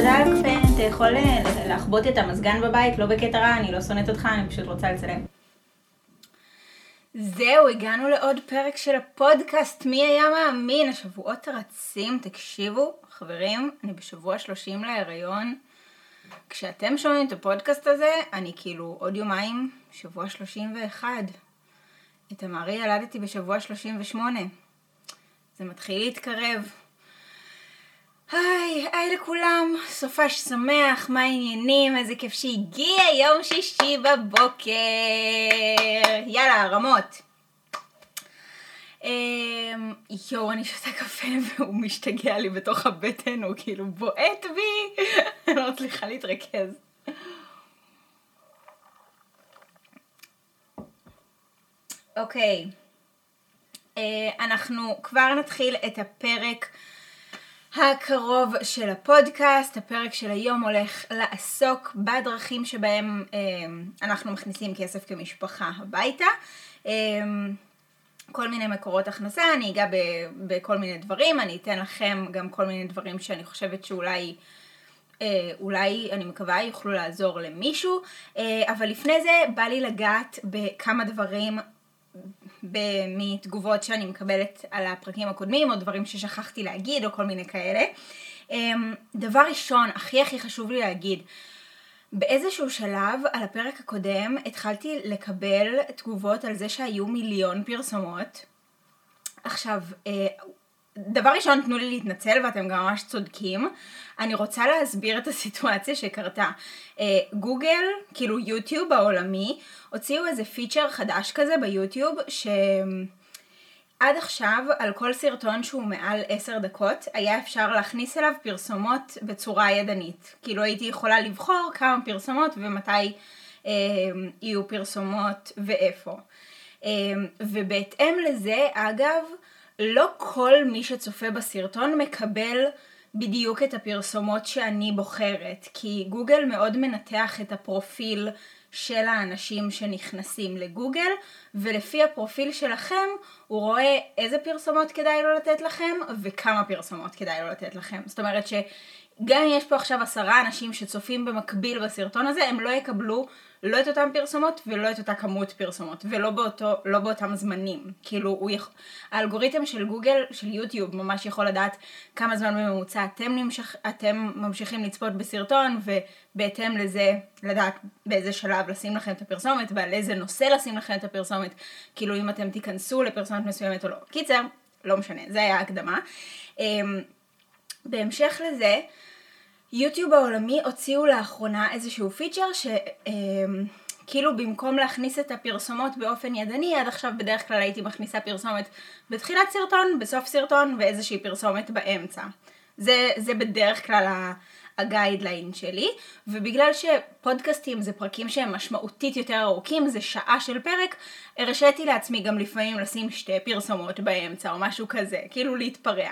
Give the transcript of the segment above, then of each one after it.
תודה על הקפה, אתה יכול להחבוט את המזגן בבית, לא בקטע רע, אני לא שונאת אותך, אני פשוט רוצה לצלם. זהו, הגענו לעוד פרק של הפודקאסט, מי היה מאמין? השבועות הרצים, תקשיבו, חברים, אני בשבוע 30 להיריון. כשאתם שומעים את הפודקאסט הזה, אני כאילו עוד יומיים, שבוע 31. את המרי ילדתי בשבוע 38. זה מתחיל להתקרב. היי לכולם, סופש שמח, מה העניינים? איזה כיף שהגיע יום שישי בבוקר. יאללה, רמות. אני שותה קפה והוא משתגע לי בתוך הבטן, הוא כאילו בועט בי. אני לא מצליחה להתרכז. אוקיי. אנחנו כבר נתחיל את הפרק הקרוב של הפודקאסט. הפרק של היום הולך לעסוק בדרכים שבהם אנחנו מכניסים כסף כמשפחה הביתה. כל מיני מקורות הכנסה, אני אגע בכל מיני דברים, אני אתן לכם גם כל מיני דברים שאני חושבת שאולי אני מקווה יוכלו לעזור למישהו, אבל לפני זה בא לי לגעת בכמה דברים מתגובות שאני מקבלת על הפרקים הקודמים, או דברים ששכחתי להגיד, או כל מיני כאלה. דבר ראשון, הכי חשוב לי להגיד, באיזשהו שלב על הפרק הקודם התחלתי לקבל תגובות על זה שהיו 1,000,000 פרסומות. עכשיו, דבר ראשון, תנו לי להתנצל ואתם גם ממש צודקים. אני רוצה להסביר את הסיטואציה שקרתה. גוגל, כאילו יוטיוב העולמי, הוציאו איזה פיצ'ר חדש כזה ביוטיוב, שעד עכשיו על כל סרטון שהוא מעל 10 דקות, היה אפשר להכניס אליו פרסומות בצורה ידנית. כאילו הייתי יכולה לבחור כמה פרסומות ומתי יהיו פרסומות ואיפה. ובהתאם לזה, אגב, לא כל מי שצופה בסרטון מקבל בדיוק את הפרסומות שאני בוחרת, כי גוגל מאוד מנתח את הפרופיל של האנשים שנכנסים לגוגל, ולפי הפרופיל שלכם הוא רואה איזה פרסומות כדאי לו לתת לכם וכמה פרסומות כדאי לו לתת לכם. זאת אומרת שגם אם יש פה עכשיו 10 אנשים שצופים במקביל בסרטון הזה, הם לא יקבלו לא את אותם פרסומות ולא את אותה כמות פרסומות, ולא באותם זמנים. כאילו האלגוריתם של גוגל, של יוטיוב, ממש יכול לדעת כמה זמן בממוצע אתם ממשיכים לצפות בסרטון, ובהתאם לזה לדעת באיזה שלב לשים לכם את הפרסומת, ועל איזה נושא לשים לכם את הפרסומת, כאילו אם אתם תיכנסו לפרסומת מסוימת או לא. קיצר, לא משנה, זה היה הקדמה. בהמשך לזה, יוטיוב העולמי הוציאו לאחרונה איזשהו פיצ'ר שכאילו במקום להכניס את הפרסומות באופן ידני, עד עכשיו בדרך כלל הייתי מכניסה פרסומת בתחילת סרטון, בסוף סרטון ואיזושהי פרסומת באמצע. זה בדרך כלל הגיידליין שלי, ובגלל שפודקאסטים זה פרקים שהם משמעותית יותר ארוכים, זה שעה של פרק, הרשיתי לעצמי גם לפעמים לשים 2 פרסומות באמצע או משהו כזה, כאילו להתפרע.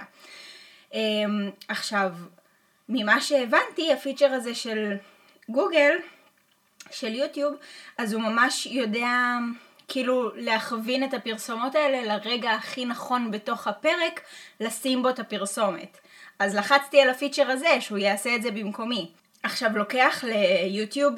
עכשיו, ממה שהבנתי, הפיצ'ר הזה של גוגל, של יוטיוב, אז הוא ממש יודע כאילו להכווין את הפרסומות האלה לרגע הכי נכון בתוך הפרק, לשים בו את הפרסומת. אז לחצתי על הפיצ'ר הזה שהוא יעשה את זה במקומי. עכשיו לוקח ליוטיוב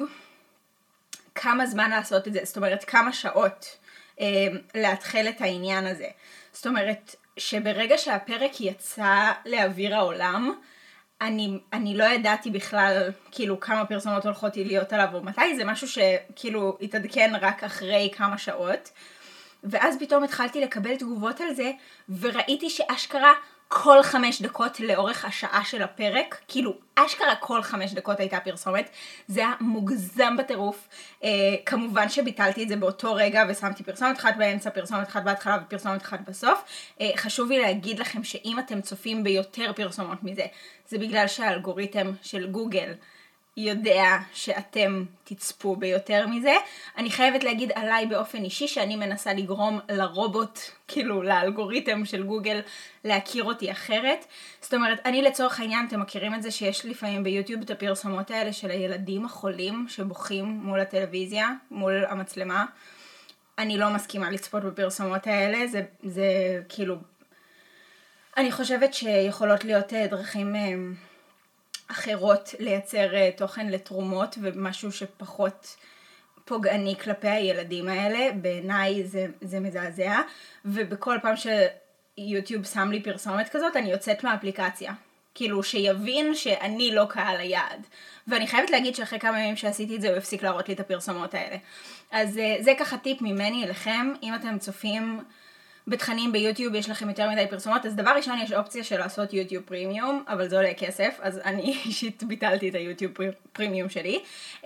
כמה זמן לעשות את זה, זאת אומרת כמה שעות להתחיל את העניין הזה. זאת אומרת שברגע שהפרק יצא לאוויר העולם, אני לא ידעתי בכלל כאילו כמה פרסומות הולכות להיות עליו או מתי, זה משהו שכאילו התעדכן רק אחרי כמה שעות, ואז פתאום התחלתי לקבל תגובות על זה, וראיתי שאשכרה כל 5 דקות לאורך השעה של הפרק, כאילו אשכרה כל 5 דקות הייתה פרסומת, זה היה מוגזם בטירוף. כמובן שביטלתי את זה באותו רגע ושמתי פרסומת אחת באמצע, פרסומת אחת בהתחלה ופרסומת אחת בסוף. חשוב לי להגיד לכם שאם אתם צופים ביותר פרסומות מזה, זה בגלל שהאלגוריתם של גוגל יודע שאתם תצפו ביותר מזה. אני חייבת להגיד עליי באופן אישי שאני מנסה לגרום לרובוט, כאילו לאלגוריתם של גוגל, להכיר אותי אחרת. זאת אומרת, אני לצורך העניין, אתם מכירים את זה שיש לפעמים ביוטיוב את הפרסומות האלה של הילדים החולים שבוכים מול הטלוויזיה, מול המצלמה. אני לא מסכימה לצפות בפרסומות האלה, זה כאילו, אני חושבת שיכולות להיות דרכים אחרות לייצר תוכן לתרומות ומשהו שפחות פוגעני כלפי הילדים האלה. בעיניי זה מזעזע, ובכל פעם שיוטיוב שם לי פרסומת כזאת אני יוצאת מהאפליקציה, כאילו שיבין שאני לא קהל היעד. ואני חייבת להגיד שאחרי כמה ימים שעשיתי את זה הוא הפסיק להראות לי את הפרסומות האלה. אז זה ככה טיפ ממני אליכם. אם אתם צופים בתכנים ביוטיוב יש לכם יותר מדי פרסומות, אז דבר ראשון יש אופציה של לעשות יוטיוב פרימיום, אבל זה עולה כסף, אז אני אישית ביטלתי את היוטיוב פרימיום שלי.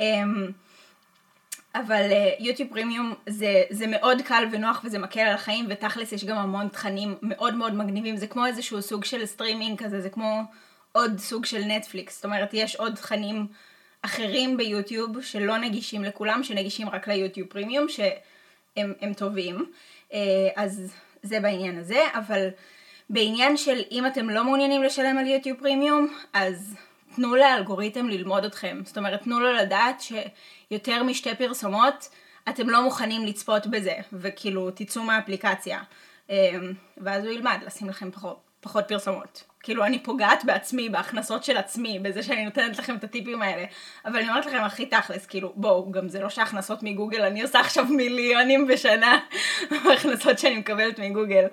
אבל יוטיוב פרימיום זה מאוד קל ונוח וזה מקל על החיים, ותכלס יש גם המון תכנים מאוד מאוד מגניבים. זה כמו איזשהו סוג של סטרימינג כזה, זה כמו עוד סוג של נטפליקס. זאת אומרת, יש עוד תכנים אחרים ביוטיוב שלא נגישים לכולם, שנגישים רק ליוטיוב פרימיום, שהם טובים. אז זה בעניין הזה, אבל בעניין של אם אתם לא מעוניינים לשלם על יוטיוב פרימיום, אז תנו לאלגוריתם ללמוד אתכם. זאת אומרת, תנו לו לדעת שיותר משתי פרסומות אתם לא מוכנים לצפות בזה, וכאילו תצאו מהאפליקציה. ואז הוא ילמד לשים לכם פחות פרסומות. כאילו אני פוגעת בעצמי, בהכנסות של עצמי, בזה שאני נותנת לכם את הטיפים האלה. אבל אני אומרת לכם הכי תכלס, כאילו בואו, גם זה לא שהכנסות מגוגל, אני עושה עכשיו מיליונים בשנה, בהכנסות שאני מקבלת מגוגל.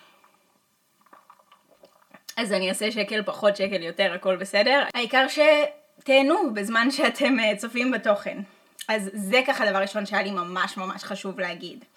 אז אני אעשה שקל פחות, שקל יותר, הכל בסדר. העיקר שתהנו בזמן שאתם צופים בתוכן. אז זה ככה דבר ראשון שהיה לי ממש ממש חשוב להגיד.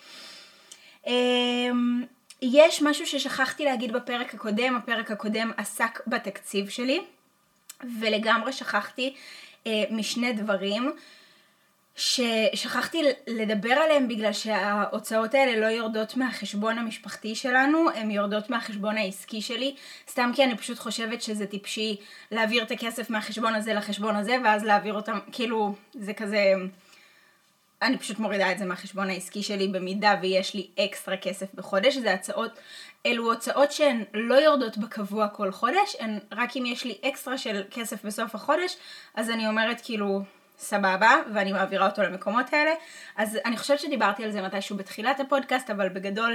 יש משהו ששכחתי להגיד בפרק הקודם. הפרק הקודם עסק בתקציב שלי, ולגמרי שכחתי משני דברים ששכחתי לדבר עליהם, בגלל שההוצאות האלה לא יורדות מהחשבון המשפחתי שלנו, הן יורדות מהחשבון העסקי שלי, סתם כי אני פשוט חושבת שזה טיפשי להעביר את הכסף מהחשבון הזה לחשבון הזה, ואז להעביר אותם, כאילו זה כזה, אני פשוט מורידה את זה מהחשבון העסקי שלי במידה ויש לי אקסטרה כסף בחודש. אלו הוצאות שהן לא יורדות בקבוע כל חודש, הן רק אם יש לי אקסטרה של כסף בסוף החודש, אז אני אומרת כאילו סבבה, ואני מעבירה אותו למקומות האלה. אז אני חושבת שדיברתי על זה מתישהו בתחילת הפודקאסט, אבל בגדול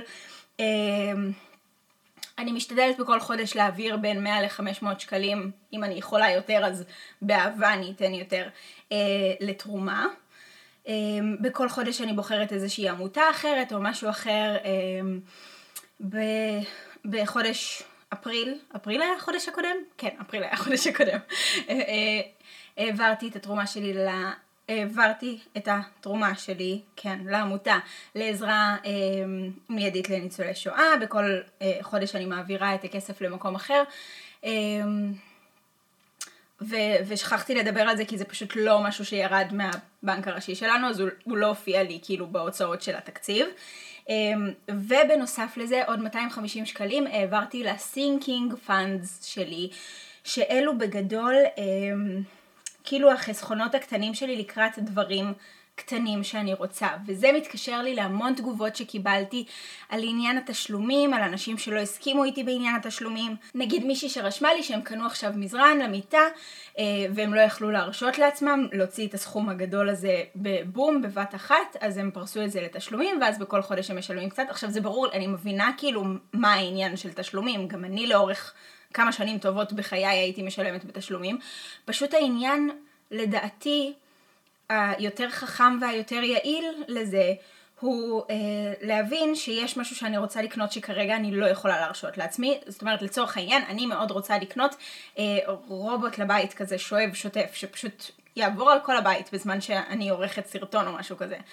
אני משתדלת בכל חודש להעביר בין 100 ל-500 שקלים, אם אני יכולה יותר אז באהבה אני אתן יותר לתרומה. בכל חודש אני בוחרת איזושהי עמותה אחרת או משהו אחר. בחודש אפריל היה החודש הקודם? כן, אפריל היה החודש הקודם. העברתי את התרומה שלי, כן, לעמותה, לעזרה מיידית לניצולי שואה. בכל חודש אני מעבירה את הכסף למקום אחר. ושכחתי לדבר על זה כי זה פשוט לא משהו שירד מהבנק הראשי שלנו, אז הוא לא הופיע לי כאילו בהוצאות של התקציב. ובנוסף לזה עוד 250 שקלים העברתי לסינקינג פאנדס שלי, שאלו בגדול כאילו החסכונות הקטנים שלי לקראת דברים קטנים שאני רוצה. וזה מתקשר לי להמון תגובות שקיבלתי על עניין התשלומים, על אנשים שלא הסכימו איתי בעניין התשלומים. נגיד מישהי שרשמה לי שהם קנו עכשיו מזרן למיטה, והם לא יכלו להרשות לעצמם להוציא את הסכום הגדול הזה בבום, בבת אחת, אז הם פרסו את זה לתשלומים, ואז בכל חודש הם משלמים קצת. עכשיו זה ברור, אני מבינה כאילו מה העניין של תשלומים, גם אני לאורך כמה שנים טובות בחיי הייתי משלמת בתשלומים. פשוט העניין לדעתי היותר חכם והיותר יעיל לזה הוא להבין שיש משהו שאני רוצה לקנות שכרגע אני לא יכולה להרשות לעצמי. זאת אומרת, לצורך העניין אני מאוד רוצה לקנות רובוט לבית כזה שואב שוטף שפשוט יעבור על כל הבית בזמן שאני עורכת סרטון או משהו כזה.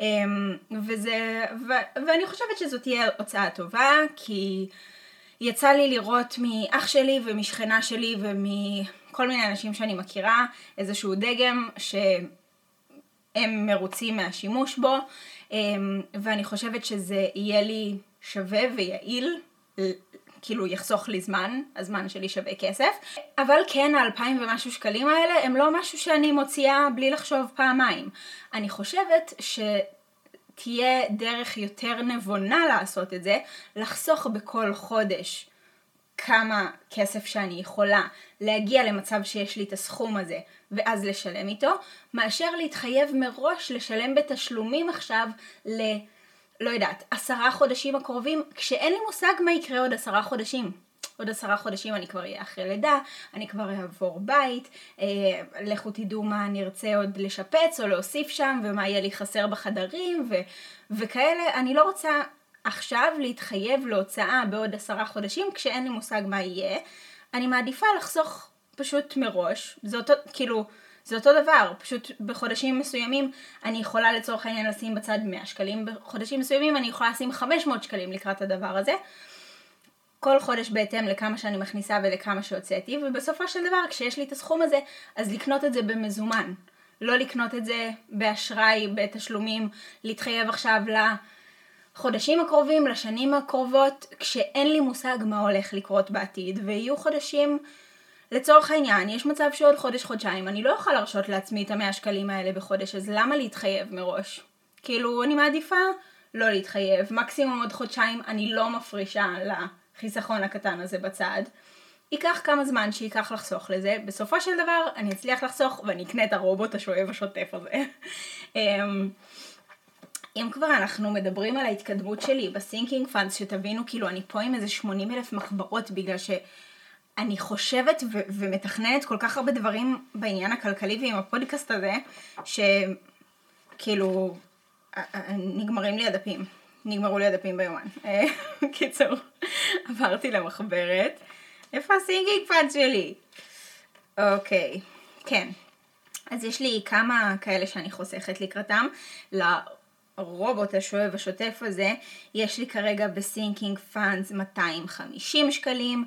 ואני חושבת שזו תהיה הוצאה טובה, כי יצא לי לראות מאח שלי ומשכנה שלי ומכל מיני אנשים שאני מכירה איזשהו דגם שהם מרוצים מהשימוש בו, ואני חושבת שזה יהיה לי שווה ויעיל, כאילו יחסוך לי זמן, הזמן שלי שווה כסף. אבל כן, 2,000 ומשהו שקלים האלה הם לא משהו שאני מוציאה בלי לחשוב פעמיים. אני חושבת תהיה דרך יותר נבונה לעשות את זה, לחסוך בכל חודש כמה כסף שאני יכולה, להגיע למצב שיש לי את הסכום הזה ואז לשלם איתו, מאשר להתחייב מראש לשלם בתשלומים עכשיו לא יודעת, 10 חודשים הקרובים, כשאין לי מושג מה יקרה עוד 10 חודשים. עוד 10 חודשים אני כבר אהיה אחרי לידה, אני כבר אעבור בית, לכו תדעו מה אני ארצה עוד לשפץ או להוסיף שם, ומה יהיה לי חסר בחדרים, וכאלה. אני לא רוצה עכשיו להתחייב להוצאה בעוד 10 חודשים, כשאין לי מושג מה יהיה. אני מעדיפה לחסוך פשוט מראש, זה אותו דבר, פשוט בחודשים מסוימים אני יכולה לצורך העניין לשים בצד 100 שקלים, בחודשים מסוימים אני יכולה לשים 500 שקלים לקראת הדבר הזה, כל חודש בהתאם לכמה שאני מכניסה ולכמה שהוצאתי, ובסופו של דבר כשיש לי את הסכום הזה, אז לקנות את זה במזומן, לא לקנות את זה באשראי, בתשלומים, להתחייב עכשיו לחודשים הקרובים, לשנים הקרובות, כשאין לי מושג מה הולך לקרות בעתיד, ויהיו חודשים, לצורך העניין, יש מצב שעוד חודש-חודשיים, אני לא אוכל להרשות לעצמי את 100 שקלים האלה בחודש, אז למה להתחייב מראש? כאילו, אני מעדיפה לא להתחייב, מקסימום עוד חודשיים אני לא מפרישה לחיסכון הקטן הזה בצד. ייקח כמה זמן שייקח לחסוך לזה, בסופו של דבר אני אצליח לחסוך ואני אקנה את הרובוט השואב השוטף הזה. אם כבר אנחנו מדברים על ההתקדמות שלי בסינקינג פאנס, שתבינו, כאילו אני פה עם איזה 80,000 מחברות, בגלל שאני חושבת ומתכננת כל כך הרבה דברים בעניין הכלכלי ועם הפודקאסט הזה, שכאילו נגמרו לי הדפים ביומן. קיצור, עברתי למחברת. איפה הסינקינג פאנס שלי? אוקיי, כן. אז יש לי כמה כאלה שאני חוסכת לקראתם. לרובוט השואב השוטף הזה, יש לי כרגע בסינקינג פאנס 250 שקלים.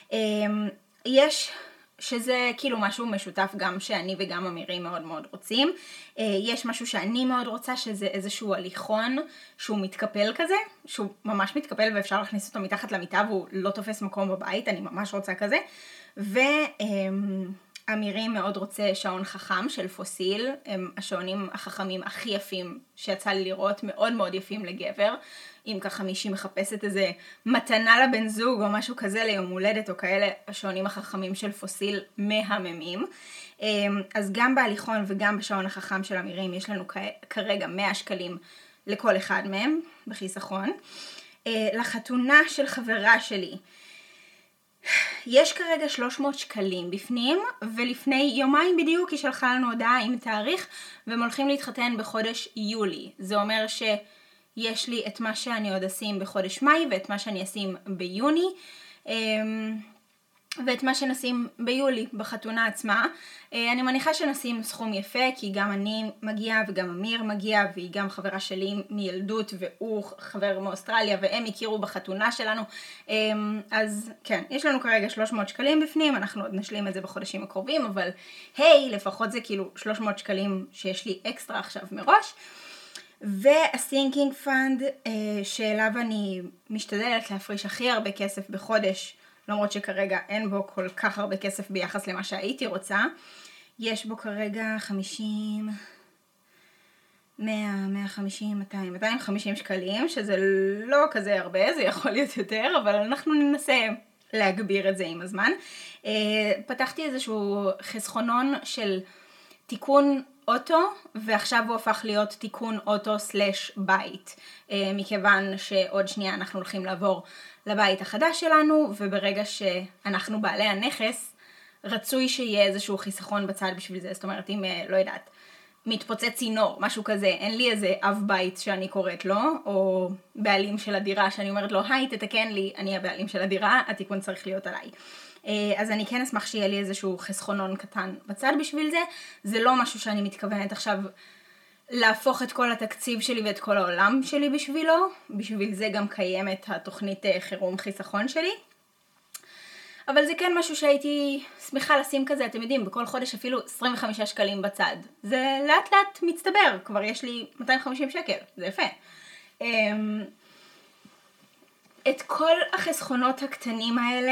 שזה כאילו משהו משותף גם שאני וגם אמירי מאוד מאוד רוצים. יש משהו שאני מאוד רוצה, שזה איזשהו הליכון שהוא מתקפל כזה, שהוא ממש מתקפל ואפשר להכניס אותו מתחת למיטה והוא לא תופס מקום בבית, אני ממש רוצה כזה. אמירי מאוד רוצה שעון חכם של פוסיל, הם השעונים החכמים הכי יפים שיצא לי לראות, מאוד מאוד יפים לגבר. אם ככה מישהי מחפשת איזה מתנה לבן זוג או משהו כזה ליום הולדת או כאלה, השעונים החכמים של פוסיל מהממים. אז גם בהליכון וגם בשעון החכם של אמירים יש לנו כרגע 100 שקלים לכל אחד מהם בחיסכון. לחתונה של חברה שלי יש כרגע 300 שקלים בפנים, ולפני יומיים בדיוק היא שלחה לנו הודעה עם תאריך, והם הולכים להתחתן בחודש יולי. זה אומר שיש לי את מה שאני עוד אשים בחודש מאי, ואת מה שאני אשים ביוני, ואת מה שנשים ביולי בחתונה עצמה. אני מניחה שנשים סכום יפה, כי גם אני מגיעה וגם אמיר מגיע, והיא גם חברה שלי מילדות, והוא חבר מאוסטרליה, והם הכירו בחתונה שלנו. אז כן, יש לנו כרגע 300 שקלים בפנים, אנחנו עוד נשלים את זה בחודשים הקרובים, אבל היי, לפחות זה כאילו 300 שקלים שיש לי אקסטרה עכשיו מראש. והסינקינג פאנד, שאליו אני משתדלת להפריש הכי הרבה כסף בחודש, למרות שכרגע אין בו כל כך הרבה כסף ביחס למה שהייתי רוצה. יש בו כרגע 50, 100, 150, 200, 250 שקלים, שזה לא כזה הרבה, זה יכול להיות יותר, אבל אנחנו ננסה להגביר את זה עם הזמן. פתחתי איזשהו חסכונון של תיקון אוטו, ועכשיו הוא הפך להיות תיקון אוטו סלש בית, מכיוון שעוד שנייה אנחנו הולכים לעבור לבית החדש שלנו, וברגע שאנחנו בעלי הנכס, רצוי שיהיה איזשהו חיסכון בצד בשביל זה. זאת אומרת, אם, לא יודעת, מתפוצץ צינור, משהו כזה, אין לי איזה אב בית שאני קוראת לו, או בעלים של הדירה שאני אומרת לו, היי, תתקן לי, אני הבעלים של הדירה, התיקון צריך להיות עליי. אז אני כן אשמח שיהיה לי איזשהו חסכונון קטן בצד בשביל זה. זה לא משהו שאני מתכוונת עכשיו להפוך את כל התקציב שלי ואת כל העולם שלי בשבילו. בשביל זה גם קיימת התוכנית חירום חיסכון שלי. אבל זה כן משהו שהייתי שמחה לשים כזה, אתם יודעים, בכל חודש אפילו 25 שקלים בצד. זה לאט לאט מצטבר, כבר יש לי 250 שקל, זה יפה. את כל החסכונות הקטנים האלה,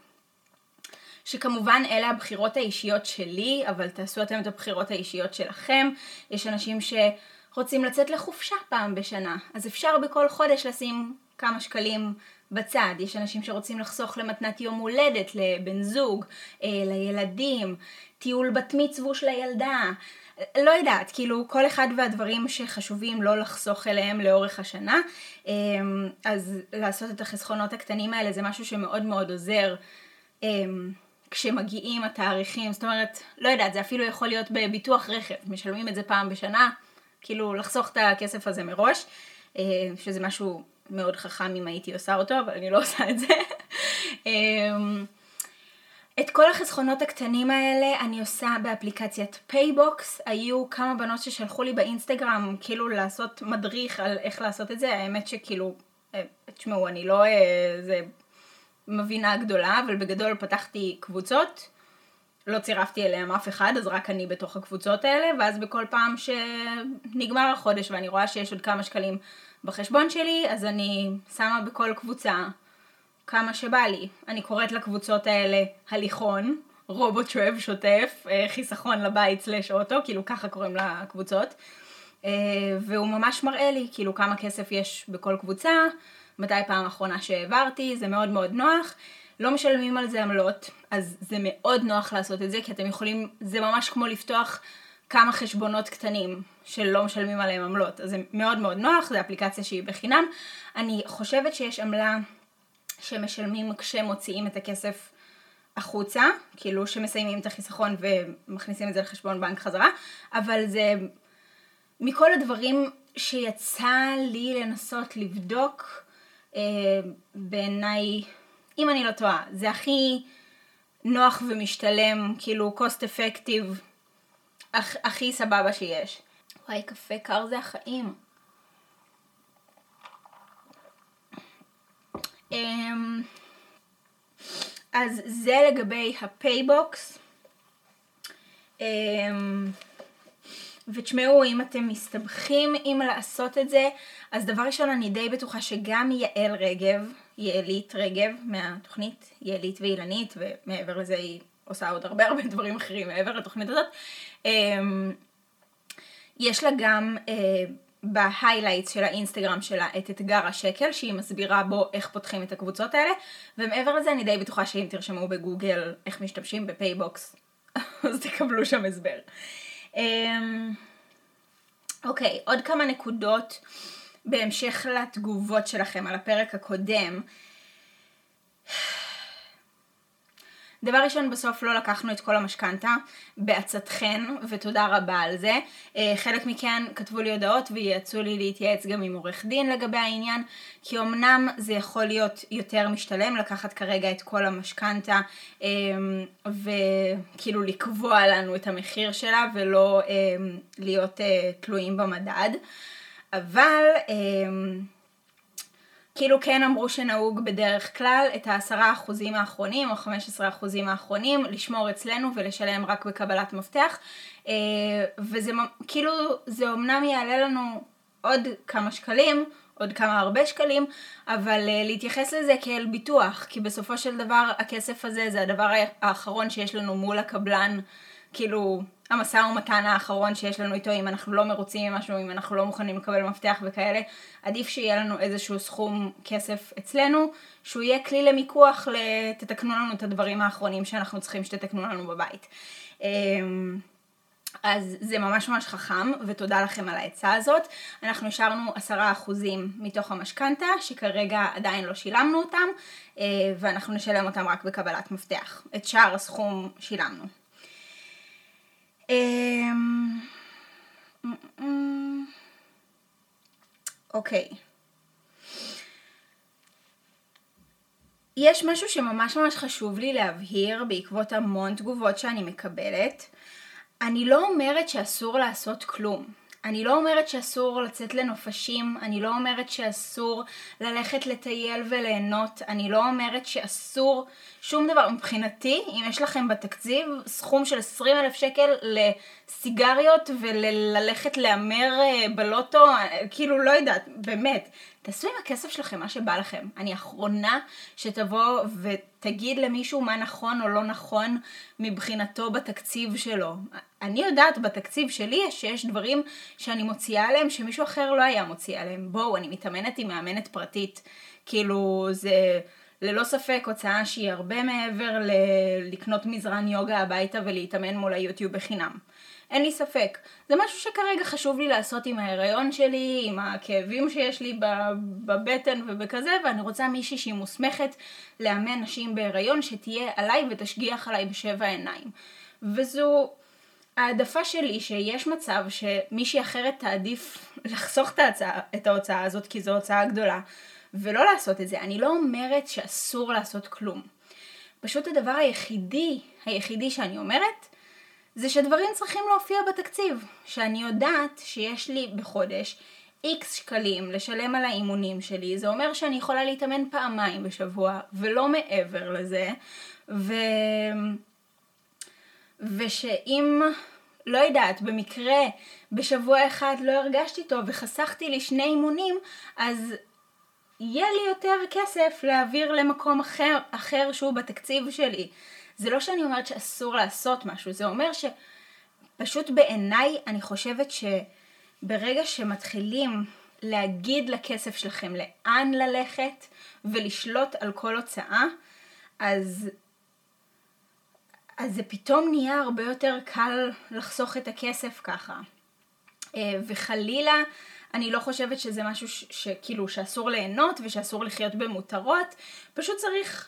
שכמובן אלה הבחירות האישיות שלי, אבל תעשו אתם את הבחירות האישיות שלכם. יש אנשים שרוצים לצאת לחופשה פעם בשנה, אז אפשר בכל חודש לשים כמה שקלים בצד. יש אנשים שרוצים לחסוך למתנת יום הולדת, לבן זוג, לילדים, טיול בת מצווה של הילדה. לא יודעת, כאילו כל אחד והדברים שחשובים לא לחסוך אליהם לאורך השנה. אז לעשות את החסכונות הקטנים האלה זה משהו שמאוד מאוד עוזר כשמגיעים התאריכים. זאת אומרת, לא יודעת, זה אפילו יכול להיות בביטוח רכב. משלמים את זה פעם בשנה, כאילו לחסוך את הכסף הזה מראש, שזה משהו מאוד חכם אם הייתי עושה אותו, אבל אני לא עושה את זה. את כל החסכונות הקטנים האלה אני עושה באפליקציית פייבוקס. היו כמה בנות ששלחו לי באינסטגרם כאילו לעשות מדריך על איך לעשות את זה. האמת שכאילו, תשמעו, אני לא זה מבינה גדולה, אבל בגדול פתחתי קבוצות, לא צירפתי אליהם אף אחד, אז רק אני בתוך הקבוצות האלה, ואז בכל פעם שנגמר החודש ואני רואה שיש עוד כמה שקלים בחשבון שלי, אז אני שמה בכל קבוצה כמה שבא לי. אני קוראת לקבוצות האלה הליכון, רובוט שואב שוטף, חיסכון לבית / אוטו, כאילו ככה קוראים לקבוצות. והוא ממש מראה לי כאילו כמה כסף יש בכל קבוצה, מתי פעם האחרונה שהעברתי, זה מאוד מאוד נוח. לא משלמים על זה עמלות, אז זה מאוד נוח לעשות את זה, כי אתם יכולים, זה ממש כמו לפתוח כמה חשבונות קטנים שלא משלמים עליהם עמלות. אז זה מאוד מאוד נוח, זה אפליקציה שהיא בחינם. אני חושבת שיש עמלה שמשלמים כשמוציאים את הכסף החוצה, כאילו שמסיימים את החיסכון ומכניסים את זה לחשבון בנק חזרה, אבל זה מכל הדברים שיצא לי לנסות לבדוק, בעיניי, אם אני לא טועה, זה הכי נוח ומשתלם, כאילו cost effective, הכי סבבה שיש. וואי, קפה קר זה החיים. אז זה לגבי הפייבוקס. ותשמעו, אם אתם מסתבכים עם לעשות את זה, אז דבר ראשון אני די בטוחה שגם יעלית רגב מהתוכנית יעלית ואילנית, ומעבר לזה היא עושה עוד הרבה דברים אחרים מעבר לתוכנית הזאת, יש לה גם בהיילייטס של האינסטגרם שלה את אתגר השקל, שהיא מסבירה בו איך פותחים את הקבוצות האלה, ומעבר לזה אני די בטוחה שאם תרשמו בגוגל איך משתמשים בפייבוקס, אז תקבלו שם הסבר. אוקיי, עוד כמה נקודות בהמשך לתגובות שלכם על הפרק הקודם. דבר ראשון, בסוף לא לקחנו את כל המשכנתה בעצתכן, ותודה רבה על זה. חלק מכן כתבו לי הודעות וייעצו לי להתייעץ גם עם עורך דין לגבי העניין, כי אמנם זה יכול להיות יותר משתלם לקחת כרגע את כל המשכנתה, וכאילו לקבוע לנו את המחיר שלה ולא להיות תלויים במדד. אבל כאילו כן אמרו שנהוג בדרך כלל את 10% האחרונים או 15% האחרונים לשמור אצלנו ולשלם רק בקבלת מפתח, וזה כאילו זה אמנם יעלה לנו עוד כמה שקלים, עוד כמה הרבה שקלים, אבל להתייחס לזה כאל ביטוח, כי בסופו של דבר הכסף הזה זה הדבר האחרון שיש לנו מול הקבלן, כאילו המשא ומתן האחרון שיש לנו איתו, אם אנחנו לא מרוצים ממשהו, אם אנחנו לא מוכנים לקבל מפתח וכאלה, עדיף שיהיה לנו איזשהו סכום כסף אצלנו, שהוא יהיה כלי למיקוח, תתקנו לנו את הדברים האחרונים שאנחנו צריכים שתתקנו לנו בבית. אז זה ממש ממש חכם, ותודה לכם על העצה הזאת. אנחנו השארנו 10% מתוך המשכנתה, שכרגע עדיין לא שילמנו אותם, ואנחנו נשלם אותם רק בקבלת מפתח. את שאר הסכום שילמנו. אוקיי. יש משהו שממש ממש חשוב לי להבהיר בעקבות המון תגובות שאני מקבלת. אני לא אומרת שאסור לעשות כלום. אני לא אומרת שאסור לצאת לנופשים, אני לא אומרת שאסור ללכת לטייל וליהנות, אני לא אומרת שאסור שום דבר. מבחינתי, אם יש לכם בתקציב סכום של 20,000 שקל לסיגריות וללכת לאמר בלוטו, כאילו לא יודעת, באמת, תעשו עם הכסף שלכם מה שבא לכם. אני האחרונה שתבוא ותגיד למישהו מה נכון או לא נכון מבחינתו בתקציב שלו. אני יודעת בתקציב שלי שיש דברים שאני מוציאה עליהם שמישהו אחר לא היה מוציא עליהם. בואו, אני מתאמנת עם מאמנת פרטית. כאילו זה ללא ספק הוצאה שהיא הרבה מעבר לקנות מזרן יוגה הביתה ולהתאמן מול היוטיוב בחינם. אין לי ספק. זה משהו שכרגע חשוב לי לעשות עם ההיריון שלי, עם הכאבים שיש לי בבטן ובכזה, ואני רוצה מישהי שהיא מוסמכת לאמן נשים בהיריון שתהיה עליי ותשגיח עליי בשבע עיניים. וזו העדפה שלי שיש מצב שמישהי אחרת תעדיף לחסוך את ההוצאה הזאת, כי זו הוצאה גדולה, ולא לעשות את זה. אני לא אומרת שאסור לעשות כלום. פשוט הדבר היחידי שאני אומרת, זה שדברים צריכים להופיע בתקציב. שאני יודעת שיש לי בחודש X שקלים לשלם על האימונים שלי. זה אומר שאני יכולה להתאמן פעמיים בשבוע, ולא מעבר לזה. ושאם, לא יודעת, במקרה בשבוע אחד לא הרגשתי טוב וחסכתי לי 2 אימונים, אז יהיה לי יותר כסף להעביר למקום אחר שהוא בתקציב שלי. זה לא שאני אומרת שאסור לעשות משהו, זה אומר שפשוט בעיניי אני חושבת שברגע שמתחילים להגיד לכסף שלכם לאן ללכת ולשלוט על כל הוצאה, אז זה פתאום נהיה הרבה יותר קל לחסוך את הכסף ככה. וחלילה, אני לא חושבת שזה משהו שכאילו שאסור ליהנות ושאסור לחיות במותרות. פשוט צריך,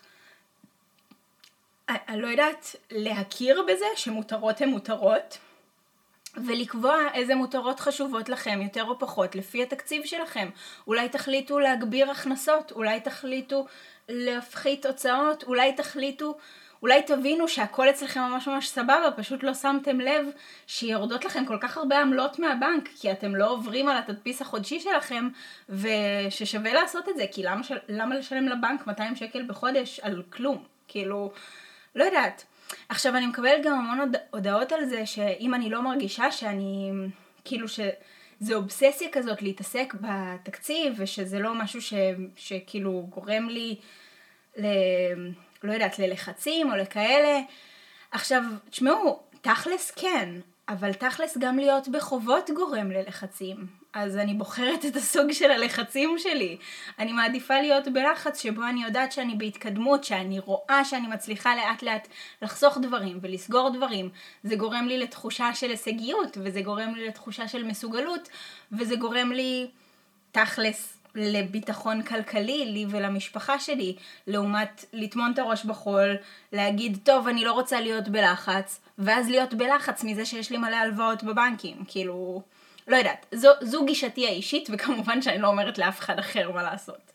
אני לא יודעת, להכיר בזה שמותרות הן מותרות, ולקבוע איזה מותרות חשובות לכם יותר או פחות לפי התקציב שלכם. אולי תחליטו להגביר הכנסות, אולי תחליטו להפחית הוצאות, אולי תבינו שהכל אצלכם ממש ממש סבבה, פשוט לא שמתם לב שיורדות לכם כל כך הרבה עמלות מהבנק, כי אתם לא עוברים על התדפיס החודשי שלכם, וששווה לעשות את זה, כי למה לשלם לבנק 200 שקל בחודש על כלום? כאילו, לא יודעת. עכשיו אני מקבלת גם המון הודעות על זה, שאם אני לא מרגישה שאני, כאילו שזה אובססיה כזאת להתעסק בתקציב, ושזה לא משהו שכאילו גורם לי לא יודעת, ללחצים או לכאלה. עכשיו, תשמעו, תכלס כן, אבל תכלס גם להיות בחובות גורם ללחצים. אז אני בוחרת את הסוג של הלחצים שלי. אני מעדיפה להיות בלחץ שבו אני יודעת שאני בהתקדמות, שאני רואה שאני מצליחה לאט לאט לחסוך דברים ולסגור דברים. זה גורם לי לתחושה של הישגיות, וזה גורם לי לתחושה של מסוגלות, וזה גורם לי תכלס לביטחון כלכלי, לי ולמשפחה שלי, לעומת לטמון את הראש בחול, להגיד, טוב, אני לא רוצה להיות בלחץ, ואז להיות בלחץ מזה שיש לי מלא הלוואות בבנקים, כאילו, לא יודעת, זו גישתי האישית, וכמובן שאני לא אומרת לאף אחד אחר מה לעשות.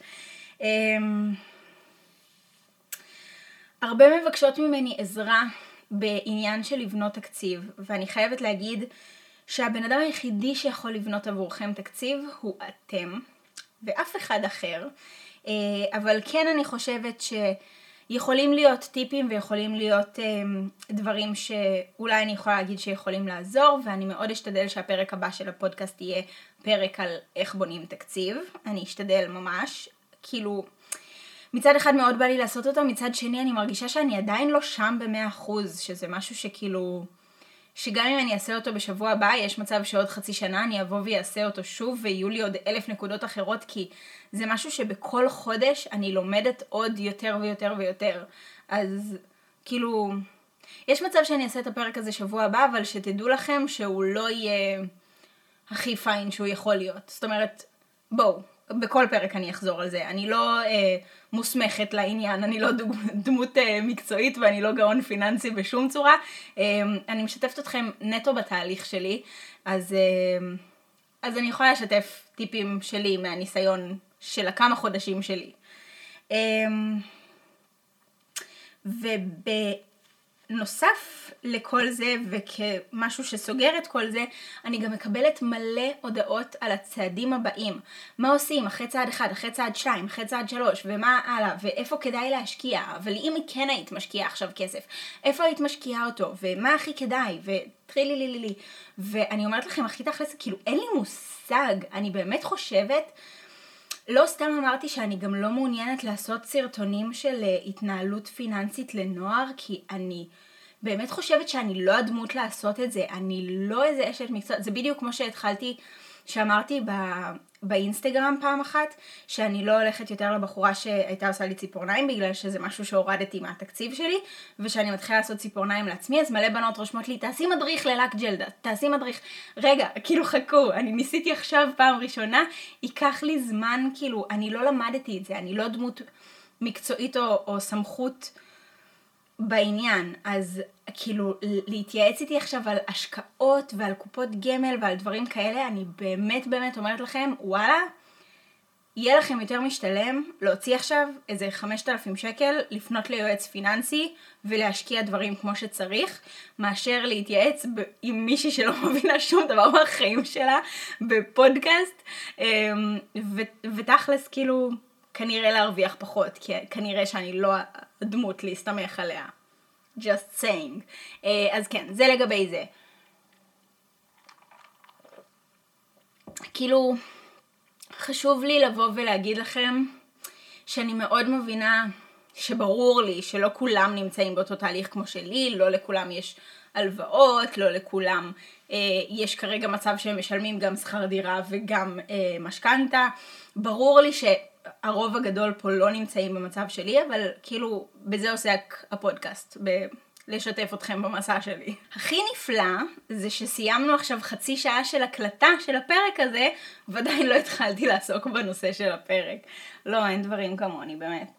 הרבה מבקשות ממני עזרה בעניין של לבנות תקציב, ואני חייבת להגיד שהבן אדם היחידי שיכול לבנות עבורכם תקציב הוא אתם, ואף אחד אחר, אבל כן אני חושבת שיכולים להיות טיפים ויכולים להיות דברים שאולי אני יכולה להגיד שיכולים לעזור, ואני מאוד אשתדל שהפרק הבא של הפודקאסט יהיה פרק על איך בונים תקציב. אני אשתדל ממש, כאילו מצד אחד מאוד בא לי לעשות אותו, מצד שני אני מרגישה שאני עדיין לא שם ב100%, שזה משהו שכאילו שגם אם אני אעשה אותו בשבוע הבא, יש מצב שעוד חצי שנה אני אבוא ויעשה אותו שוב, ויהיו לי עוד 1000 נקודות אחרות, כי זה משהו שבכל חודש אני לומדת עוד יותר ויותר ויותר. אז כאילו, יש מצב שאני אעשה את הפרק הזה שבוע הבא, אבל שתדעו לכם שהוא לא יהיה הכי פיין שהוא יכול להיות. זאת אומרת, בואו, בכל פרק אני אחזור על זה. אני לא מוסמכת לעניין, אני לא דמות מקצועית ואני לא גאון פיננסי בשום צורה. אני משתפת אתכם נטו בתהליך שלי, אז אני יכולה לשתף טיפים שלי מהניסיון של הכמה חודשים שלי. ובנוסף לכל זה, וכמשהו שסוגר את כל זה, אני גם מקבלת מלא הודעות על הצעדים הבאים. מה עושים אחרי צעד 1, אחרי צעד 2, אחרי צעד 3, ומה הלאה, ואיפה כדאי להשקיע. אבל אם כן היית משקיעה עכשיו כסף, איפה היית משקיעה אותו, ומה הכי כדאי, וטרילילילילי. ואני אומרת לכם, הכי תכלס, כאילו אין לי מושג, אני באמת חושבת, לא סתם אמרתי שאני גם לא מעוניינת לעשות סרטונים של התנהלות פיננסית לנוער, כי אני באמת חושבת שאני לא הדמות לעשות את זה, אני לא איזה אשת מקצוע, זה בדיוק כמו שהתחלתי, שאמרתי באינסטגרם פעם אחת, שאני לא הולכת יותר לבחורה שהייתה עושה לי ציפורניים, בגלל שזה משהו שהורדתי מהתקציב שלי, ושאני מתחילה לעשות ציפורניים לעצמי, אז מלא בנות רושמות לי, תעשי מדריך ללק ג'לדה, תעשי מדריך, רגע, כאילו חכו, אני ניסיתי עכשיו פעם ראשונה, ייקח לי זמן, כאילו, אני לא למדתי את זה, אני לא דמות מקצועית או סמכות בעניין, אז כאילו להתייעץ איתי עכשיו על השקעות ועל קופות גמל ועל דברים כאלה, אני באמת אומרת לכם, וואלה, יהיה לכם יותר משתלם להוציא עכשיו איזה 5,000 שקל, לפנות ליועץ פיננסי ולהשקיע דברים כמו שצריך, מאשר להתייעץ עם מישהי שלא מבינה שום דבר מהחיים שלה בפודקאסט, ותכלס כאילו כנראה להרוויח פחות, כי כנראה שאני לא הדמות להסתמך עליה. just saying. אז כן, זה לגבי זה. כאילו, חשוב לי לבוא ולהגיד לכם שאני מאוד מבינה שברור לי שלא כולם נמצאים באותו תהליך כמו שלי, לא לכולם יש הלוואות, לא לכולם יש כרגע מצב שהם משלמים גם שכר דירה וגם משכנתה. ברור לי שהרוב הגדול פה לא נמצאים במצב שלי, אבל כאילו בזה עוסק הפודקאסט, לשתף אתכם במסע שלי. הכי נפלא זה שסיימנו עכשיו חצי שעה של הקלטה של הפרק הזה, ועדיין לא התחלתי לעסוק בנושא של הפרק. לא, אין דברים כמוני, באמת.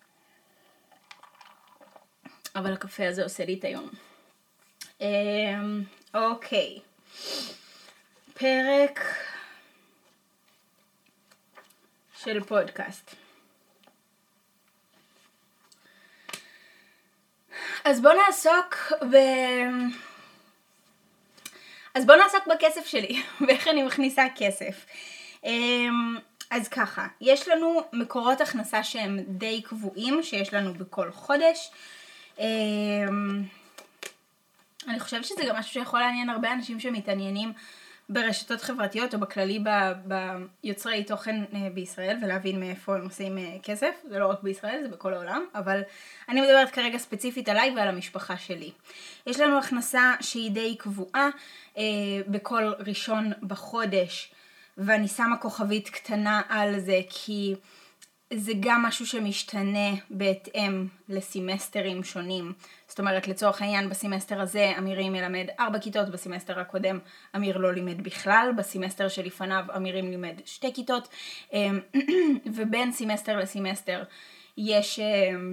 אבל הקפה הזה עושה לי את היום. אוקיי. פרק של פודקאסט. אז בוא נעסוק בכסף שלי, ואיך אני מכניסה כסף. אז ככה, יש לנו מקורות הכנסה שהם די קבועים, שיש לנו בכל חודש. אני חושבת שזה גם משהו שיכול לעניין הרבה אנשים שמתעניינים ברשתות חברתיות, או בכללי ביוצרי תוכן בישראל, ולהבין מאיפה הם עושים כסף. זה לא רק בישראל, זה בכל העולם, אבל אני מדברת כרגע ספציפית עליי ועל המשפחה שלי. יש לנו הכנסה שהיא די קבועה בכל ראשון בחודש, ואני שמה כוכבית קטנה על זה, כי זה גם משהו שמשתנה בהתאם לסמסטרים שונים. זאת אומרת, לצורך העניין, בסמסטר הזה אמירים ילמד 4 כיתות, בסמסטר הקודם אמיר לא לימד בכלל, בסמסטר שלפניו אמירים לימד 2 כיתות, ובין סמסטר לסמסטר יש